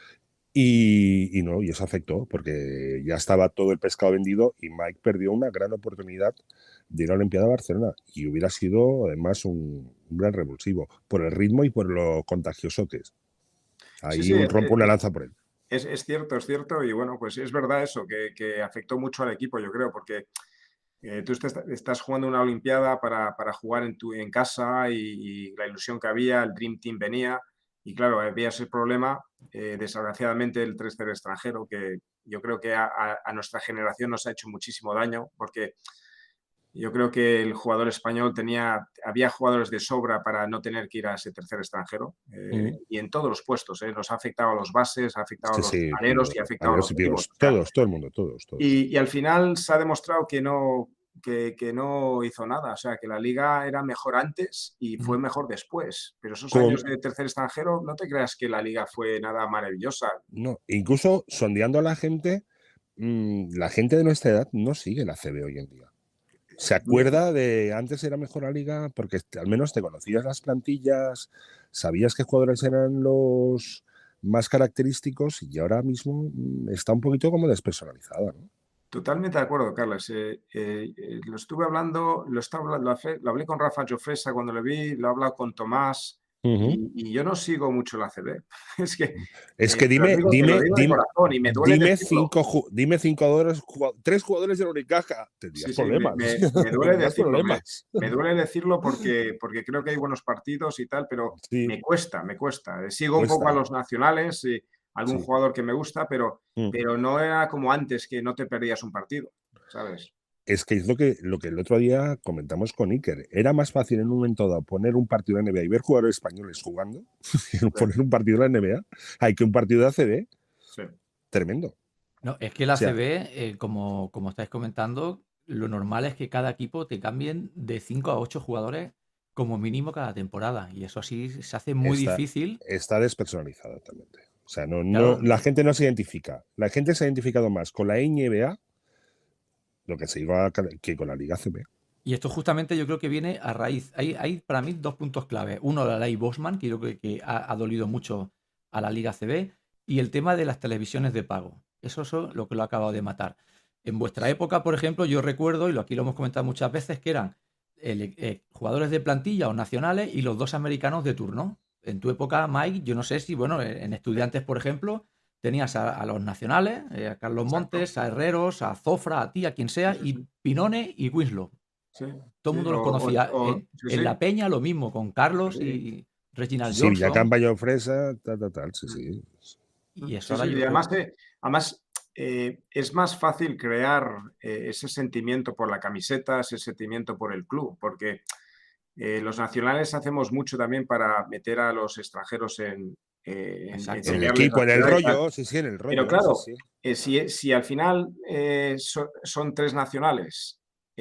Y eso afectó porque ya estaba todo el pescado vendido y Mike perdió una gran oportunidad de ir a la Olimpiada de Barcelona, y hubiera sido además un gran revulsivo por el ritmo y por lo contagioso que es. Ahí rompo una lanza por él. Es cierto, y bueno, pues es verdad eso, que afectó mucho al equipo, yo creo, porque tú estás jugando una Olimpiada para jugar en casa y la ilusión que había, el Dream Team venía, y claro, había ese problema, desgraciadamente, el 3-0 extranjero, que yo creo que a nuestra generación nos ha hecho muchísimo daño, porque yo creo que el jugador español había jugadores de sobra para no tener que ir a ese tercer extranjero, y en todos los puestos, nos ha afectado a los bases, ha afectado a los aleros y ha afectado a los pibos. Todo el mundo. Y al final se ha demostrado que no hizo nada, o sea, que la liga era mejor antes y fue mejor después, pero esos años de tercer extranjero, no te creas que la liga fue nada maravillosa. No, incluso sondeando a la gente de nuestra edad no sigue la CB hoy en día. ¿Se acuerda de antes era mejor la liga? Porque al menos te conocías las plantillas, sabías qué jugadores eran los más característicos, y ahora mismo está un poquito como despersonalizada, ¿no? Totalmente de acuerdo, Carlos. Lo estuve hablando, lo hablé con Rafa Jofresa cuando le vi, lo he hablado con Tomás, y yo no sigo mucho la CB. Es que dime dime 3 jugadores de la Unicaja. Tendrías problemas. Me duele decirlo porque creo que hay buenos partidos y tal, pero me cuesta. Sigo un poco a los nacionales y algún jugador que me gusta, pero no era como antes, que no te perdías un partido, ¿sabes? Es que es lo que el otro día comentamos con Iker. Era más fácil en un momento dado poner un partido de NBA y ver jugadores españoles jugando, poner un partido de la NBA, que un partido de ACB. Sí. Tremendo. No, es que la ACB, como estáis comentando, lo normal es que cada equipo te cambien de 5 a 8 jugadores como mínimo cada temporada, y eso así se hace muy difícil. Está despersonalizado totalmente. O sea, claro, la gente no se identifica. La gente se ha identificado más con la NBA lo que se iba que con la Liga CB. Y esto justamente yo creo que viene a raíz. Hay para mí 2 puntos clave. Uno, la ley Bosman, que yo creo que ha dolido mucho a la Liga CB, y el tema de las televisiones de pago. Eso es lo que lo ha acabado de matar. En vuestra época, por ejemplo, yo recuerdo, y aquí lo hemos comentado muchas veces, que eran jugadores de plantilla o nacionales y los 2 americanos de turno. En tu época, Mike, yo no sé si, bueno, en Estudiantes, por ejemplo, tenías a los nacionales, a Carlos Montes, a Herreros, a Zofra, a ti, a quien sea, y Pinone y Winslow. Sí, todo el mundo los conocía. En La Peña lo mismo, con Carlos y Reginald Johnson. Sí, ya Campayo Fresa, tal, sí. Y eso y además es más fácil crear ese sentimiento por la camiseta, ese sentimiento por el club, porque los nacionales hacemos mucho también para meter a los extranjeros en el equipo, en el rollo, en el rollo. Pero claro, si al final son 3 nacionales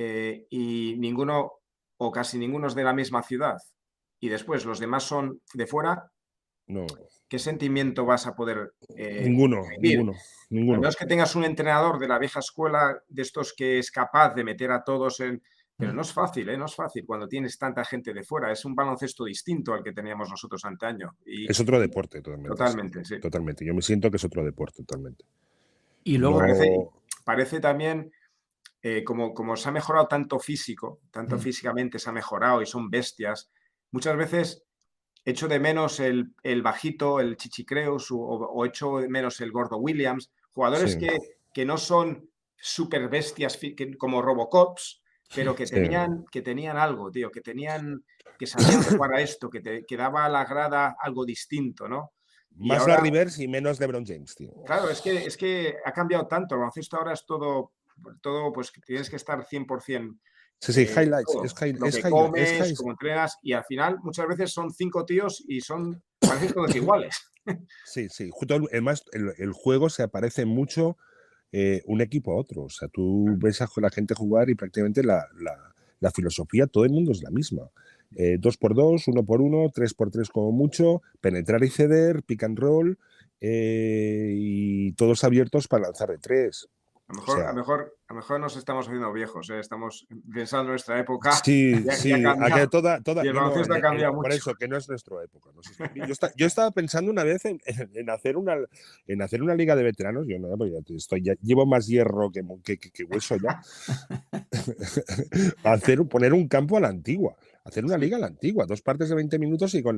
y ninguno o casi ninguno es de la misma ciudad, y después los demás son de fuera, no. ¿Qué sentimiento vas a poder ninguno. A menos que tengas un entrenador de la vieja escuela, de estos que es capaz de meter a todos en... Pero no es fácil, no es fácil cuando tienes tanta gente de fuera. Es un baloncesto distinto al que teníamos nosotros antaño. Y es otro deporte, totalmente. Totalmente, sí. Totalmente. Yo me siento que es otro deporte, totalmente. Y luego parece también, como se ha mejorado tanto físicamente se ha mejorado y son bestias, muchas veces echo de menos el bajito, el Chichicreus, o echo de menos el gordo Williams, jugadores que no son super bestias como Robocops, pero que tenían algo, tío, que sabían jugar a esto, que daba a la grada algo distinto, ¿no? Y Más ahora, Larry Bird y menos LeBron James, tío. claro, es que ha cambiado tanto. El baloncesto ahora es todo pues que tienes que estar 100%. Sí, highlights. Todo, Es lo que comes, cómo entrenas, y al final muchas veces son 5 tíos y parecen todos iguales. Sí. Además, el juego se aparece mucho un equipo a otro. O sea, tú ves a la gente jugar y prácticamente la filosofía, todo el mundo es la misma. 2x2, 1x1, 3x3 como mucho, penetrar y ceder, pick and roll, y todos abiertos para lanzar de 3. A lo mejor nos estamos haciendo viejos, ¿eh? Estamos pensando en nuestra época. Sí, toda, y el baloncesto ha cambiado por mucho. eso, que no es nuestra época. No sé si yo estaba pensando una vez en hacer una liga de veteranos. Yo no, ya llevo más hierro que hueso ya. Poner un campo a la antigua. Hacer una liga a la antigua. 2 partes de 20 minutos y con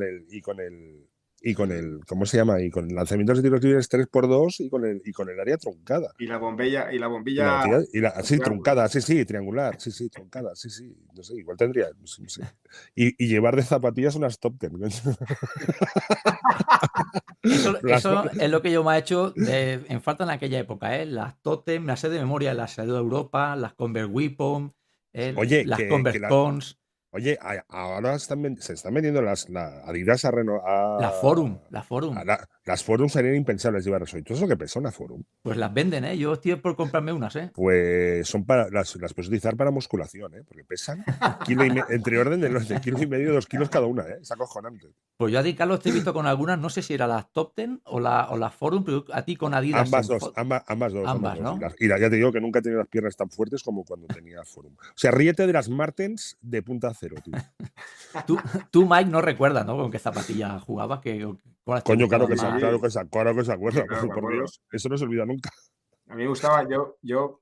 el ¿cómo se llama? Y con lanzamientos de tiros libres 3x2 y con el área truncada. Y la bombilla. Sí, truncada, sí, triangular, sí, truncada, sí. No sé, igual tendría. No sé. Y llevar de zapatillas unas top 10. Eso es lo que yo me he hecho en falta en aquella época, ¿eh? Las Totem, me las sé de memoria, las de Europa, las Converse Weapon, las Converse Cons. Oye, ahora se están vendiendo las Adidas La Forum. Las Forum serían impensables llevarlas hoy. ¿Tú sabes lo que pesa una Forum? Pues las venden, ¿eh? Yo estoy por comprarme unas, ¿eh? Pues las puedes utilizar para musculación, ¿eh? Porque pesan entre orden de 1,5 kg, 2 kilos cada una, ¿eh? Es acojonante. Pues yo a ti, Carlos, te he visto con algunas, no sé si era las Top Ten o las Forum, pero a ti con Adidas. Ambas dos. ¿No? Y ya te digo que nunca he tenido las piernas tan fuertes como cuando tenía Forum. O sea, ríete de las Martens de punta cero, tío. Tú, Mike, no recuerdas, ¿no? Con qué zapatilla jugabas. Coño, claro que se acuerda, por Dios. Eso no se olvida nunca. A mí me gustaba, yo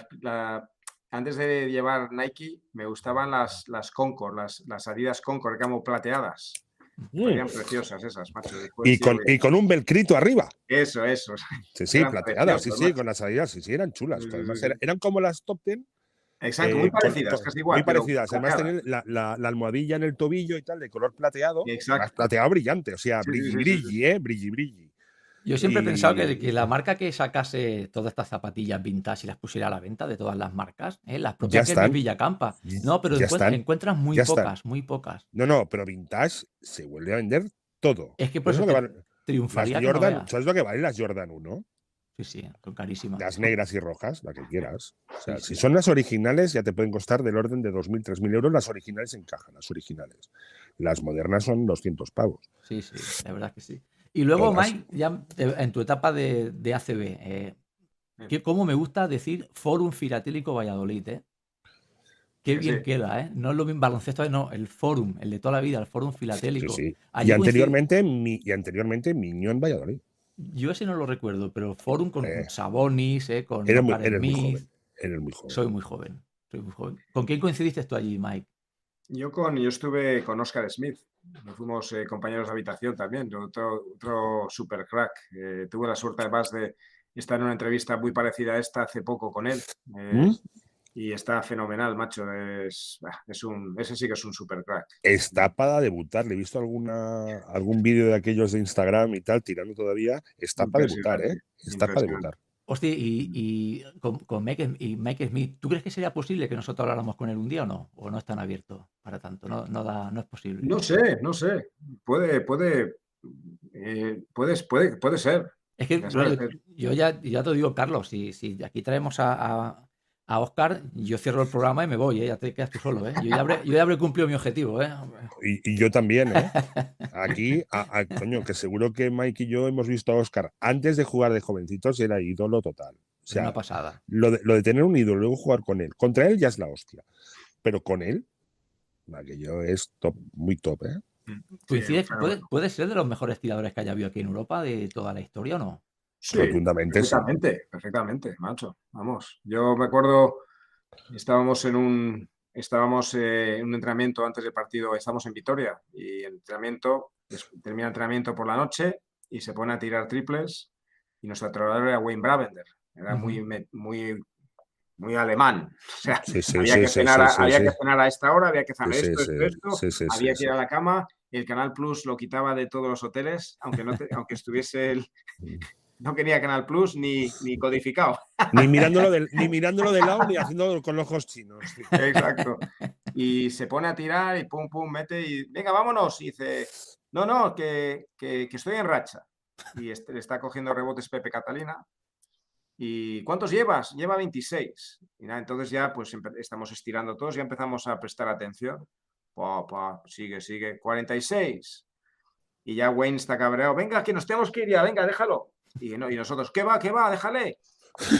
antes de llevar Nike, me gustaban las Concord, las Adidas Concord, como plateadas. Eran preciosas esas, macho. Y con un velcrito arriba. Eso. Sí, plateadas, sí, con las Adidas, sí, eran chulas. Además, eran como las Top Ten. Exacto, muy parecidas, casi igual. Muy parecidas. Además, tenían la almohadilla en el tobillo y tal, de color plateado. Exacto. Plateado brillante, o sea, brilli. Yo siempre he pensado que la marca que sacase todas estas zapatillas vintage y las pusiera a la venta de todas las marcas, las propias que es Villacampa. No, pero encuentras muy pocas. No, pero vintage se vuelve a vender todo. Es que por eso triunfaría. ¿Sabes lo que valen las Jordan 1? Sí, son carísimas. Las negras y rojas, la que quieras. O sea, si son las originales, ya te pueden costar del orden de 2.000, 3.000 euros. Las originales encajan, las originales. Las modernas son 200 pavos. Sí, la verdad que sí. Y luego, Mike, ya en tu etapa de ACB, cómo me gusta decir Fórum Filatélico Valladolid, ¿eh? Qué bien queda, ¿eh? No es lo mismo baloncesto, no, el Fórum, el de toda la vida, el Fórum Filatélico. Sí. Y anteriormente Miñón Valladolid. Yo ese no lo recuerdo, pero Fórum con Sabonis, con Eres muy joven. Soy muy joven. ¿Con quién coincidiste tú allí, Mike? Yo estuve con Oscar Smith. Fuimos compañeros de habitación también, otro super crack. Tuve la suerte además de estar en una entrevista muy parecida a esta hace poco con él. Y está fenomenal, macho. Ese sí que es un super crack. Está para debutar. Le he visto algún vídeo de aquellos de Instagram y tal, tirando todavía. Está para debutar, ¿eh? Está para debutar. Hostia, y con Mike Smith, ¿tú crees que sería posible que nosotros habláramos con él un día o no? ¿O no están abiertos para tanto? No es posible. No sé. Puede ser. Es que yo ya te digo, Carlos, si aquí traemos a Oscar, yo cierro el programa y me voy, ¿eh? Ya te quedas tú solo, ¿eh? Yo ya habré cumplido mi objetivo, ¿eh? Y yo también, ¿eh? Aquí, coño, que seguro que Mike y yo hemos visto a Oscar antes de jugar de jovencitos y era ídolo total. O sea, una pasada. Lo de tener un ídolo y luego jugar con él. Contra él ya es la hostia. Pero con él, aquello es top, muy top, ¿eh? ¿Coincides? ¿Puede ser de los mejores tiradores que haya habido aquí en Europa de toda la historia o no? Sí, perfectamente, macho. Vamos, yo me acuerdo, estábamos en un entrenamiento antes del partido, estamos en Vitoria y termina el entrenamiento por la noche y se pone a tirar triples y nuestro entrenador era Wayne Bravender. Era muy muy alemán. O sea, Sí, sí, había sí, que sí, cenar, sí, había sí. que cenar a esta hora, había que cenar Sí, esto, sí, esto, sí, sí, había sí, que ir a sí. la cama. El Canal Plus lo quitaba de todos los hoteles, aunque estuviese no quería Canal Plus ni codificado. Ni mirándolo de lado ni haciendo con los ojos chinos. Sí. Exacto. Y se pone a tirar y pum, pum, mete y venga, vámonos. Y dice, no, que estoy en racha. Y le está cogiendo rebotes Pepe Catalina. ¿Y cuántos llevas? Lleva 26. Y nada, entonces ya pues estamos estirando todos, ya empezamos a prestar atención. Sigue. 46. Y ya Wayne está cabreado. Venga, que nos tenemos que ir ya, venga, déjalo. Y nosotros, ¿qué va? Déjale. Y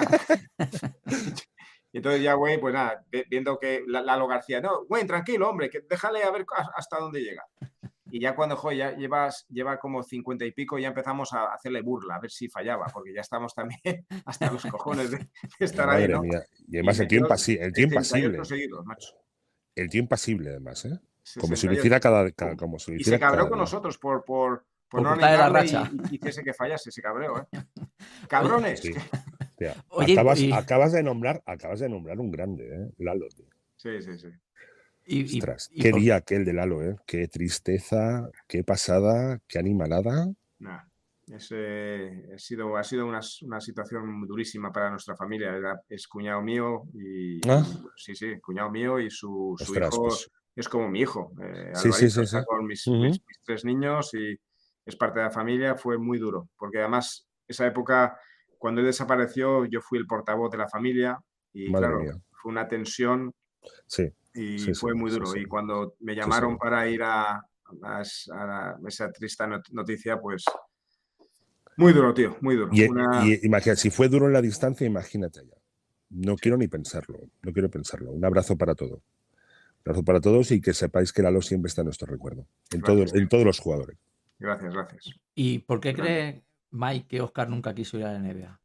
entonces ya Wayne, pues nada, viendo que Lalo García, no, Wayne, tranquilo, hombre, que déjale a ver hasta dónde llega. Y ya cuando ya lleva como 50 y pico, ya empezamos a hacerle burla, a ver si fallaba, porque ya estamos también hasta los cojones de estar ahí, Madre ¿no? mía. Y Y además el metió tío 78 impasible. seguidos, macho. El tío impasible, además, ¿eh? Como si lo 68. hiciera como si lo Y hiciera se cabró cada con día. nosotros por no cortarle la animarle racha. y hiciese que fallase, se cabreó, ¿eh? Cabrones. Sí. Tía, Oye, acabas de nombrar un grande, ¿eh? Lalo, tío. Sí. Ostras, qué día aquel de Lalo, ¿eh? Qué tristeza, qué pasada, qué animalada. Nah, ha sido una situación durísima para nuestra familia. Es cuñado mío y sí, cuñado mío y su Ostras, hijo pues, es como mi hijo. sí, Alvarito sí. está con mis 3 niños y es parte de la familia. Fue muy duro, porque además esa época, cuando él desapareció, yo fui el portavoz de la familia y Madre claro, mía. fue una tensión Sí. y fue muy duro. Sí. Y cuando me llamaron para ir a esa triste noticia, pues muy duro, tío, muy duro. Y imagínate, si fue duro en la distancia, imagínate allá. No quiero ni pensarlo, no quiero pensarlo. Un abrazo para todos. Un abrazo para todos y que sepáis que Lalo siempre está en nuestro recuerdo, en todos los jugadores. Gracias. ¿Y por qué cree Mike que Óscar nunca quiso ir a la NBA?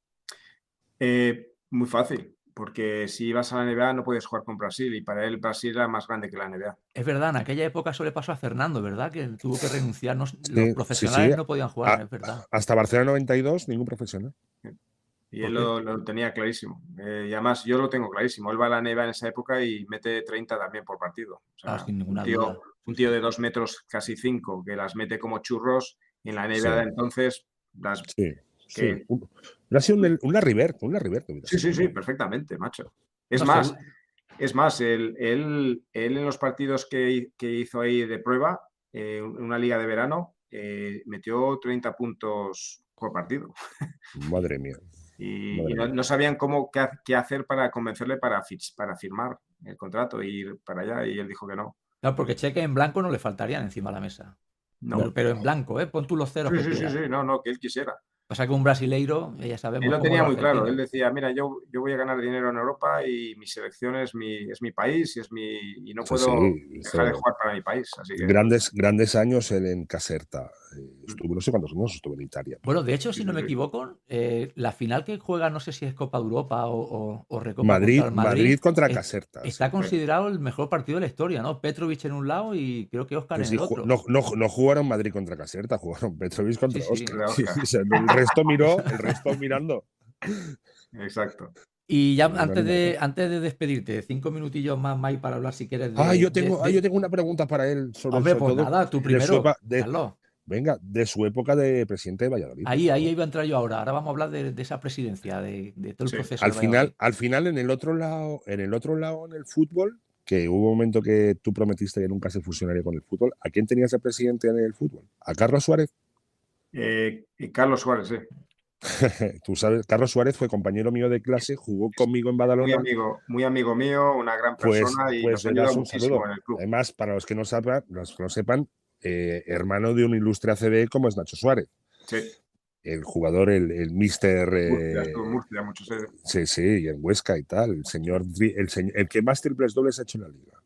Muy fácil, porque si ibas a la NBA no puedes jugar con Brasil y para él Brasil era más grande que la NBA. Es verdad, en aquella época eso le pasó a Fernando, ¿verdad? Que tuvo que renunciar, los profesionales no podían jugar, es verdad. Hasta Barcelona 92, ningún profesional. Y él lo tenía clarísimo. Y además yo lo tengo clarísimo. Él va a la NBA en esa época y mete 30 también por partido. O sea, sin ninguna duda. Un tío de 2 metros, casi 5, que las mete como churros en la NBA de entonces. Ha sido una River. Sí, perfectamente, macho. Es más, él en los partidos que hizo ahí de prueba, en una liga de verano, metió 30 puntos por partido. Madre mía. Y no sabían qué hacer para convencerle para firmar el contrato e ir para allá, y él dijo que no. No, porque cheque en blanco no le faltarían encima de la mesa. No. Pero en blanco, ¿eh? Pon tú los ceros. Sí, no, que él quisiera. Pasa que un brasileiro, ya sabemos. Él lo tenía muy claro. Él decía, mira, yo voy a ganar dinero en Europa y mi selección es mi país y no puedo dejar de jugar para mi país. Así que... Grandes años él en Caserta. No sé cuántos años estuvo en Italia. Bueno, de hecho, si no me equivoco, la final que juega, no sé si es Copa de Europa o Recopa Madrid contra Caserta. Está considerado el mejor partido de la historia, ¿no? Petrovic en un lado y creo que Óscar en el otro. No jugaron Madrid contra Caserta, jugaron Petrovic contra Óscar. El resto mirando. Exacto. Y ya antes de despedirte, 5 minutillos más, Mike, para hablar si quieres. Yo tengo una pregunta para él sobre pues nada, tú primero. Venga, de su época de presidente de Valladolid. Ahí iba a entrar yo ahora. Ahora vamos a hablar de esa presidencia, de todo el proceso. Al final, en el otro lado, en el fútbol, que hubo un momento que tú prometiste que nunca se fusionaría con el fútbol. ¿A quién tenías de presidente en el fútbol? ¿A Carlos Suárez? Carlos Suárez, sí. Tú sabes, Carlos Suárez fue compañero mío de clase, jugó conmigo en Badalona. Muy amigo mío, una gran persona y nos ayudó muchísimo en el club. Además, para los que no sepan, hermano de un ilustre ACB como es Nacho Suárez. Sí. El jugador, el míster. Murcia, muchos. Sí, y en Huesca y tal. El que más triples dobles ha hecho en la liga.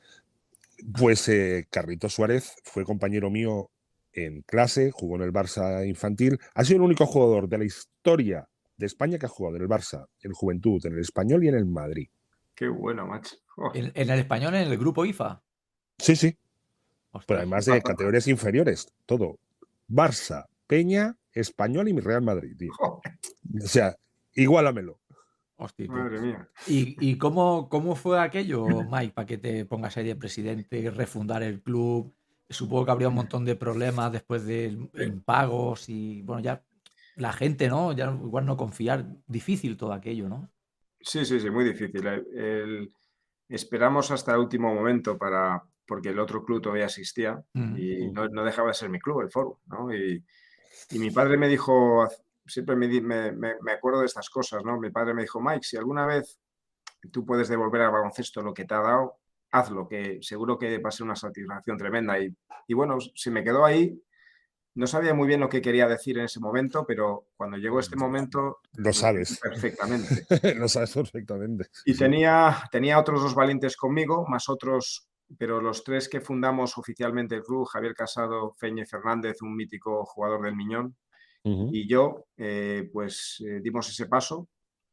Pues Carlito Suárez fue compañero mío en clase, jugó en el Barça infantil. Ha sido el único jugador de la historia de España que ha jugado en el Barça, en Juventud, en el Español y en el Madrid. Qué bueno, macho. ¿En el Español, en el grupo IFA? Sí. Ostras. Pero además de categorías inferiores, todo. Barça, Peña, Español y Real Madrid, tío. O sea, igualamelo. Hostia, tú. Madre mía. ¿Y cómo fue aquello, Mike, para que te pongas ahí de presidente, refundar el club? Supongo que habría un montón de problemas después de impagos y, bueno, ya la gente, ¿no? Ya igual no confiar. Difícil todo aquello, ¿no? Sí, muy difícil. Esperamos hasta el último momento porque el otro club todavía existía y no dejaba de ser mi club, el Foro, ¿no? Y mi padre me dijo, siempre me acuerdo de estas cosas, ¿no? Mi padre me dijo, Mike, si alguna vez tú puedes devolver al baloncesto lo que te ha dado, hazlo, que seguro que va a ser una satisfacción tremenda. Y bueno, se me quedó ahí. No sabía muy bien lo que quería decir en ese momento, pero cuando llegó este momento... Lo sabes. Perfectamente. Lo sabes perfectamente. Y tenía otros 2 valientes conmigo, más otros, pero los 3 que fundamos oficialmente el club, Javier Casado, Feñe Fernández, un mítico jugador del Miñón, y yo, dimos ese paso.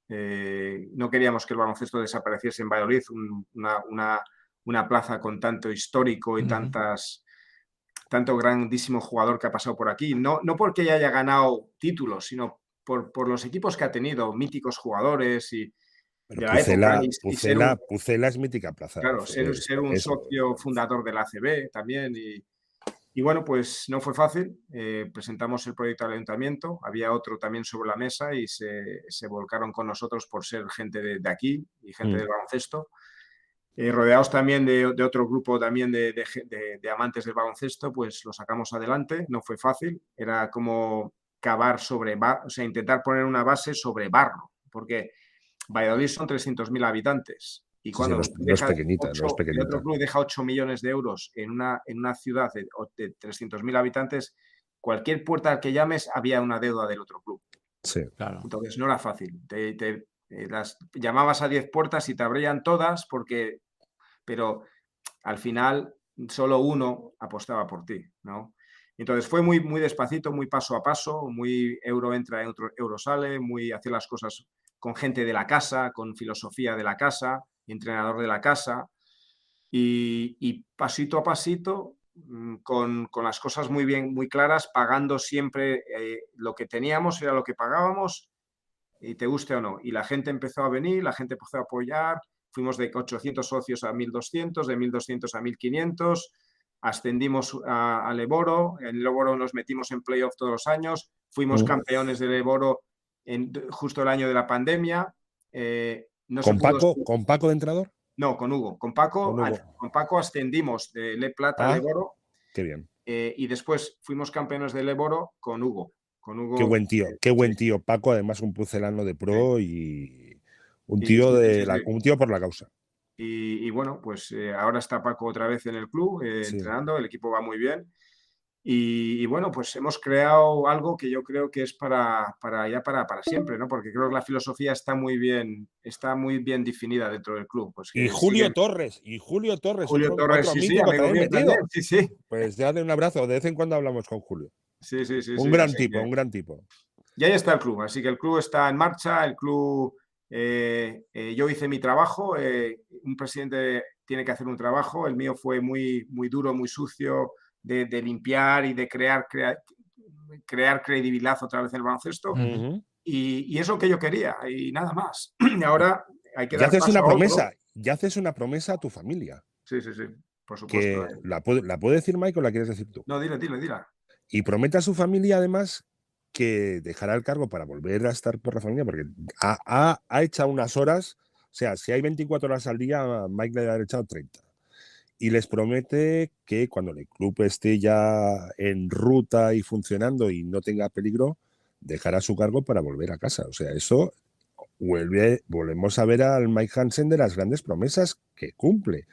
No queríamos que el baloncesto desapareciese en Valladolid, una plaza con tanto histórico y tanto grandísimo jugador que ha pasado por aquí. No porque haya ganado títulos, sino por los equipos que ha tenido, míticos jugadores y pero de la época. Pucela es mítica plaza. Claro, ser un socio fundador de la ACB también. Y bueno, pues no fue fácil. Presentamos el proyecto al ayuntamiento. Había otro también sobre la mesa y se volcaron con nosotros por ser gente de aquí y gente del baloncesto. Rodeados también de otro grupo también de amantes del baloncesto, pues lo sacamos adelante. No fue fácil. Era como cavar sobre barro, o sea, intentar poner una base sobre barro, porque Valladolid son 300.000 habitantes. Y cuando no es pequeñita. el otro club deja 8 millones de euros en una ciudad de 300.000 habitantes, cualquier puerta al que llames había una deuda del otro club. Sí, claro. Entonces no era fácil. Llamabas a 10 puertas y te abrían todas, pero al final solo uno apostaba por ti, ¿no? Entonces fue muy, muy despacito, muy paso a paso, muy euro entra, euro sale, muy hacer las cosas con gente de la casa, con filosofía de la casa, entrenador de la casa, y pasito a pasito, con las cosas muy bien, muy claras, pagando siempre lo que teníamos, era lo que pagábamos, y te guste o no. Y la gente empezó a venir, la gente empezó a apoyar, fuimos de 800 socios a 1.200, de 1.200 a 1.500, ascendimos a Leboro, en Leboro nos metimos en playoff todos los años, fuimos campeones de Leboro justo el año de la pandemia. ¿Con Paco de entrenador? No, con Hugo. Con Paco ascendimos de Le Plata a Leboro. Qué bien. Y después fuimos campeones de Leboro con Hugo. Qué buen tío, Paco, además un pucelano de pro y un tío un tío por la causa. Y bueno, pues ahora está Paco otra vez en el club entrenando, el equipo va muy bien. Y bueno, pues hemos creado algo que yo creo que es para siempre, ¿no? Porque creo que la filosofía está muy bien definida dentro del club. Pues y Julio Torres, otro mítico también metido. Sí. Pues ya de un abrazo, de vez en cuando hablamos con Julio. Sí. Un gran tipo. Y ahí está el club, así que el club está en marcha, el club... yo hice mi trabajo, un presidente tiene que hacer un trabajo, el mío fue muy, muy duro, muy sucio, de limpiar y de crear credibilidad otra vez en el baloncesto. Y es lo que yo quería, y nada más. Y ahora hay que dar paso a otro. Ya haces una promesa a tu familia. Sí, por supuesto. ¿La puede decir Mike o la quieres decir tú? No, dila. Y promete a su familia, además, que dejará el cargo para volver a estar por la familia, porque ha echado unas horas. O sea, si hay 24 horas al día, Mike le ha echado 30. Y les promete que cuando el club esté ya en ruta y funcionando y no tenga peligro, dejará su cargo para volver a casa. O sea, eso volvemos a ver al Mike Hansen de las grandes promesas que cumple.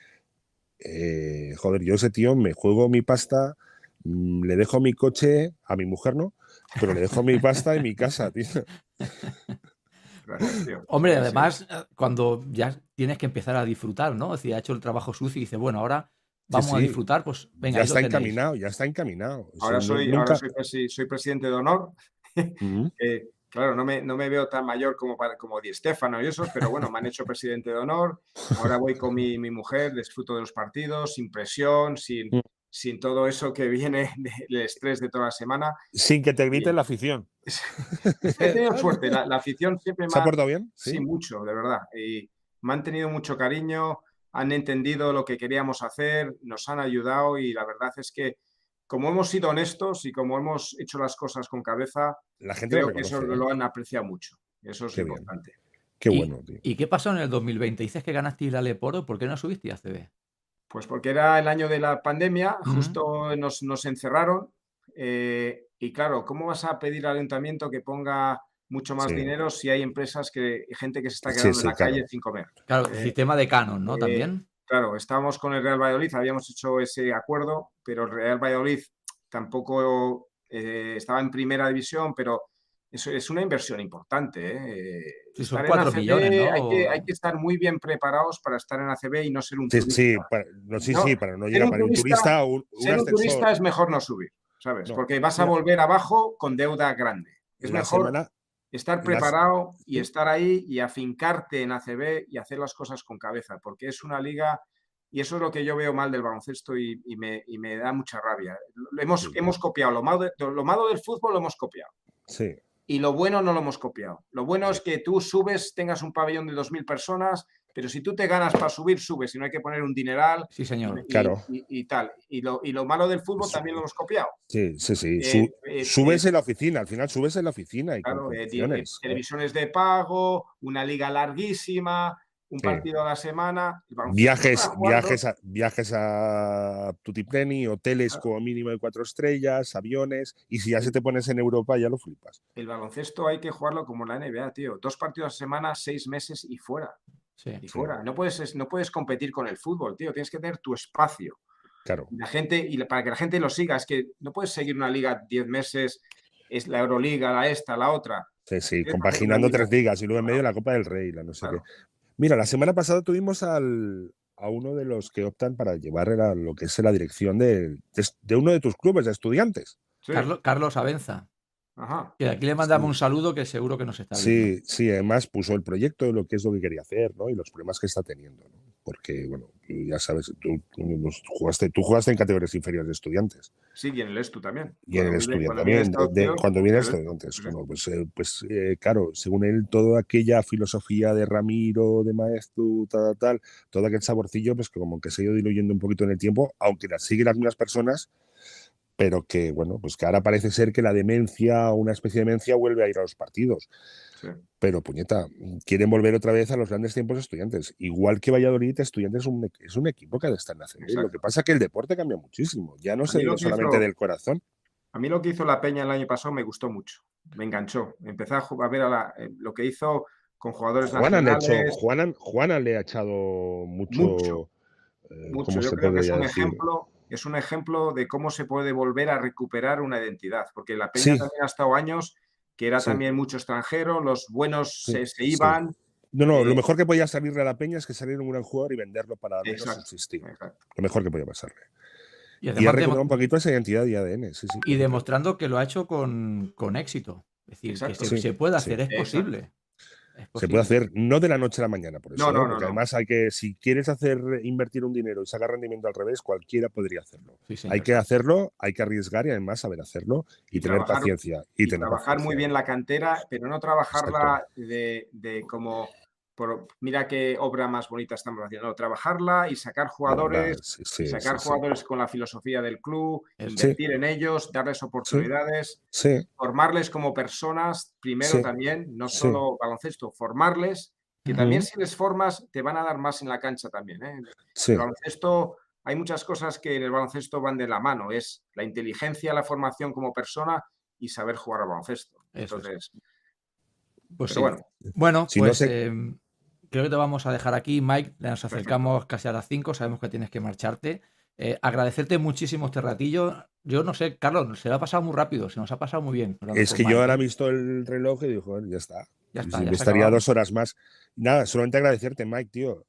Yo ese tío me juego mi pasta, le dejo mi coche, a mi mujer no, pero le dejo mi pasta en mi casa, tío. Gracias, tío. Hombre, además, cuando ya tienes que empezar a disfrutar, ¿no? Es decir, ha hecho el trabajo sucio y dice, bueno, ahora vamos a disfrutar, pues venga, ya está encaminado. Ahora soy presidente de honor. Claro, no me veo tan mayor como Di Stéfano y eso, pero bueno, me han hecho presidente de honor. Ahora voy con mi mujer, disfruto de los partidos, sin presión, sin todo eso que viene del estrés de toda la semana. Sin que te griten la afición. He tenido suerte, la afición siempre me ¿Se ha portado bien? Sí, mucho, de verdad. Y me han tenido mucho cariño, han entendido lo que queríamos hacer, nos han ayudado y la verdad es que como hemos sido honestos y como hemos hecho las cosas con cabeza, la gente creo que eso lo han apreciado mucho. Eso es importante. Qué bueno, tío. ¿Y qué pasó en el 2020? Dices que ganaste la Leporo, ¿por qué no subiste a ACB? Pues porque era el año de la pandemia, justo nos encerraron y claro, ¿cómo vas a pedir al ayuntamiento que ponga mucho más dinero si hay empresas gente que se está quedando en la calle sin comer? Claro, el sistema de canon, ¿no? También. Claro, estábamos con el Real Valladolid, habíamos hecho ese acuerdo, pero el Real Valladolid tampoco estaba en primera división, pero eso es una inversión importante. Sí, son 4 millones, ¿no? Hay que estar muy bien preparados para estar en ACB y no ser un turista. Sí, para no llegar para un turista. Ser un turista es mejor no subir, ¿sabes? Porque vas a volver abajo con deuda grande. Es mejor estar preparado y estar ahí y afincarte en ACB y hacer las cosas con cabeza, porque es una liga, y eso es lo que yo veo mal del baloncesto y me da mucha rabia. Hemos copiado, lo malo del fútbol lo hemos copiado. Sí. Y lo bueno no lo hemos copiado. Lo bueno es que tú subes, tengas un pabellón de 2.000 personas, pero si tú te ganas para subir, subes y no hay que poner un dineral. Sí, señor. Claro. Y tal. Y lo malo del fútbol también lo hemos copiado. Sí. Subes en la oficina, al final subes en la oficina. Y claro, televisiones de pago, una liga larguísima, un partido a la semana. Viajes a Tutipleni, hoteles como mínimo de 4 estrellas, aviones, y si ya se te pones en Europa ya lo flipas. El baloncesto hay que jugarlo como la NBA, tío. 2 partidos a la semana, 6 meses y fuera. Fuera. No puedes competir con el fútbol, tío. Tienes que tener tu espacio. Claro. Para que la gente lo siga, es que no puedes seguir una liga 10 meses, es la Euroliga, la otra. Sí, compaginando 3 ligas y luego en medio la Copa del Rey, la no sé qué. Mira, la semana pasada tuvimos a uno de los que optan para llevar lo que es la dirección de uno de tus clubes de estudiantes. Sí. Carlos Abenza. Ajá. Que aquí le mandamos un saludo que seguro que nos está viendo. Sí, además puso el proyecto de lo que es lo que quería hacer, ¿no? Y los problemas que está teniendo, ¿no? Porque, bueno, ya sabes, tú jugaste en categorías inferiores de estudiantes. Sí, y en el Estu también. Y en el Estu también, cuando viene estudiantes. Bueno, pues claro, según él, toda aquella filosofía de Ramiro, de Maeztu, tal, todo aquel saborcillo, pues como que se ha ido diluyendo un poquito en el tiempo, aunque las siguen las mismas personas, pero que, bueno, pues que ahora parece ser que la demencia, una especie de demencia, vuelve a ir a los partidos. Sí. Pero, puñeta, quieren volver otra vez a los grandes tiempos de Estudiantes. Igual que Valladolid, Estudiantes es un equipo que ha de estar en la ACB. Lo que pasa es que el deporte cambia muchísimo. Ya no se vive solamente del corazón. A mí lo que hizo la Peña el año pasado me gustó mucho. Me enganchó. Empecé a ver lo que hizo con jugadores nacionales. Juana le ha echado mucho. Yo creo que es un ejemplo de cómo se puede volver a recuperar una identidad, porque la Peña también ha estado años, que era también mucho extranjero, los buenos se iban. No, lo mejor que podía salirle a la Peña es que saliera un gran jugador y venderlo para al menos subsistir. Lo mejor que podía pasarle. Y ha recuperado un poquito esa identidad y ADN. Y demostrando que lo ha hecho con éxito. Es decir, que se puede hacer, es posible. Se puede hacer, no de la noche a la mañana, por eso. Porque además si quieres invertir un dinero y sacar rendimiento al revés, cualquiera podría hacerlo. Hay que hacerlo, hay que arriesgar y además saber hacerlo y tener paciencia. Y trabajar muy bien la cantera, pero no trabajarla de como... mira qué obra más bonita estamos haciendo. Trabajarla y sacar jugadores, jugadores con la filosofía del club, invertir en ellos, darles oportunidades, formarles como personas, primero también, no solo baloncesto, formarles, que también si les formas te van a dar más en la cancha también. El baloncesto, hay muchas cosas que en el baloncesto van de la mano, es la inteligencia, la formación como persona y saber jugar al baloncesto. Entonces, pues bueno, pues... Creo que te vamos a dejar aquí, Mike. Nos acercamos casi a las 5, sabemos que tienes que marcharte. Agradecerte muchísimo este ratillo. Yo no sé, Carlos, se lo ha pasado muy rápido, se nos ha pasado muy bien. Es que yo ahora he visto el reloj y digo, joder, ya está. Ya estaría 2 horas más. Nada, solamente agradecerte, Mike, tío.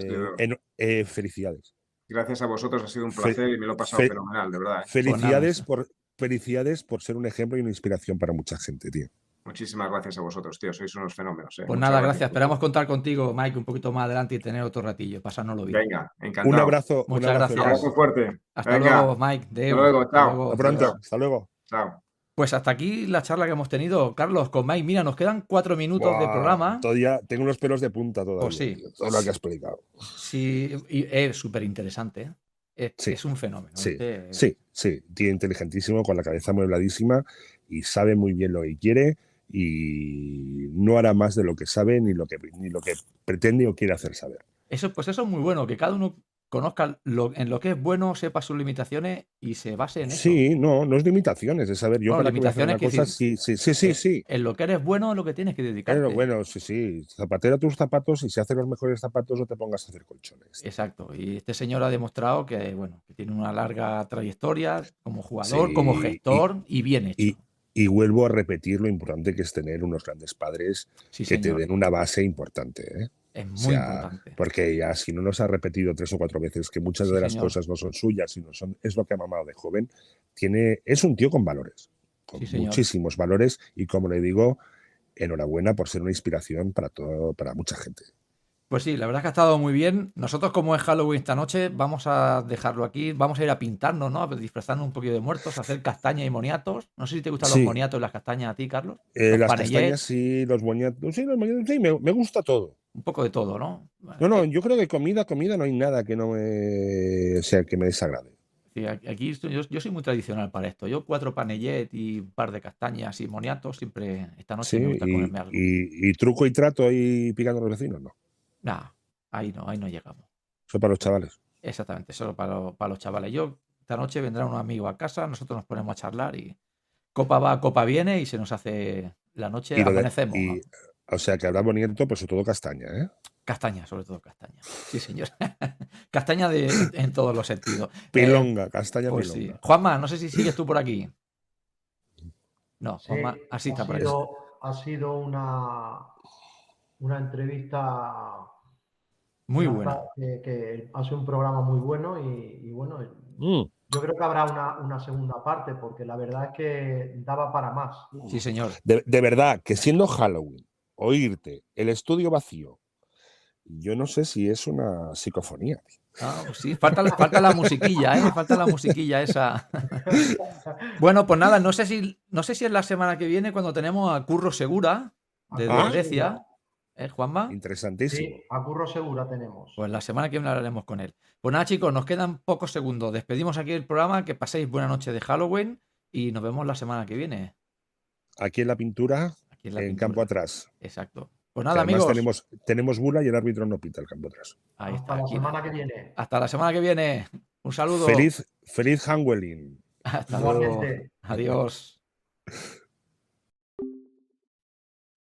Felicidades. Gracias a vosotros, ha sido un placer y me lo he pasado fenomenal, de verdad. Felicidades por ser un ejemplo y una inspiración para mucha gente, tío. Muchísimas gracias a vosotros, tío. Sois unos fenómenos. Pues Muchas nada, gracias. Esperamos contar contigo, Mike, un poquito más adelante y tener otro ratillo. Pasárnoslo bien. Venga, Un encantado. abrazo. Muchas un abrazo, gracias. Un abrazo fuerte. Hasta Venga. luego, Mike. Hasta luego. Chao. Hasta pronto. Adiós. Hasta luego. Chao. Pues hasta aquí la charla que hemos tenido, Carlos, con Mike. Mira, nos quedan 4 minutos de Buah, programa. Todavía tengo unos pelos de punta todavía. Pues sí. Tío, todo lo que has explicado. Sí, y es súper interesante. Sí. Es un fenómeno. Sí, sí. Tío inteligentísimo, con la cabeza muebladísima y sabe muy bien lo que quiere y no hará más de lo que sabe ni lo que pretende o quiere hacer saber. Pues eso es muy bueno, que cada uno conozca en lo que es bueno, sepa sus limitaciones y se base en eso. Sí, no es limitaciones, es saber yo Bueno, para qué voy a hacer una cosa, decir, sí. En lo que eres bueno es lo que tienes que dedicarte. Pero bueno, sí. Zapatera tus zapatos y si haces los mejores zapatos no te pongas a hacer colchones. Exacto. Y este señor ha demostrado que, bueno, que tiene una larga trayectoria como jugador, como gestor y bien hecho. Y vuelvo a repetir lo importante que es tener unos grandes padres que te den una base importante, ¿eh? Es muy importante. Porque ya si no nos ha repetido 3 o 4 veces que muchas de las cosas no son suyas, sino es lo que ha mamado de joven, es un tío con valores, con muchísimos valores y como le digo, enhorabuena por ser una inspiración para mucha gente. Pues sí, la verdad es que ha estado muy bien. Nosotros, como es Halloween esta noche, vamos a dejarlo aquí. Vamos a ir a pintarnos, ¿no? A disfrazarnos un poquito de muertos, a hacer castaña y moniatos. No sé si te gustan los moniatos y las castañas a ti, Carlos. Las castañas sí, los moniatos sí, me gusta todo. Un poco de todo, ¿no? No, yo creo que comida no hay nada que que me desagrade. Sí, aquí yo soy muy tradicional para esto. Yo 4 panellet y un par de castañas y moniatos siempre esta noche me gusta comerme algo. ¿Y truco y trato ahí picando a los vecinos? No. Nah, ahí no llegamos. Eso para los chavales. Exactamente, solo para los chavales. Esta noche vendrán unos amigos a casa, nosotros nos ponemos a charlar y copa va, copa viene y se nos hace la noche, amanecemos. O sea que habrá bonito, pues sobre todo castaña, ¿eh? Castaña, sobre todo castaña. Sí, señor. Castaña en todos los sentidos. Pilonga, castaña pues pilonga. Sí. Juanma, no sé si sigues tú por aquí. No, sí, Juanma, así está por ahí. Ha sido una entrevista muy buena. Que hace un programa muy bueno y bueno, yo creo que habrá una segunda parte porque la verdad es que daba para más. Sí, señor. De verdad, que siendo Halloween, oírte, el estudio vacío, yo no sé si es una psicofonía. Ah, pues sí, falta la musiquilla, ¿eh? Falta la musiquilla esa. Bueno, pues nada, no sé si es la semana que viene cuando tenemos a Curro Segura desde Grecia. Juanma. Interesantísimo. Sí, a Curro Segura tenemos. Pues la semana que viene hablaremos con él. Pues nada, chicos, nos quedan pocos segundos. Despedimos aquí el programa, que paséis buena noche de Halloween y nos vemos la semana que viene. Aquí en la pintura, en campo atrás. Exacto. Pues nada, amigos. Tenemos bula y el árbitro no pita el campo atrás. Ahí está. Hasta la semana que viene. Hasta la semana que viene. Un saludo. Feliz Halloween. Hasta luego. Adiós.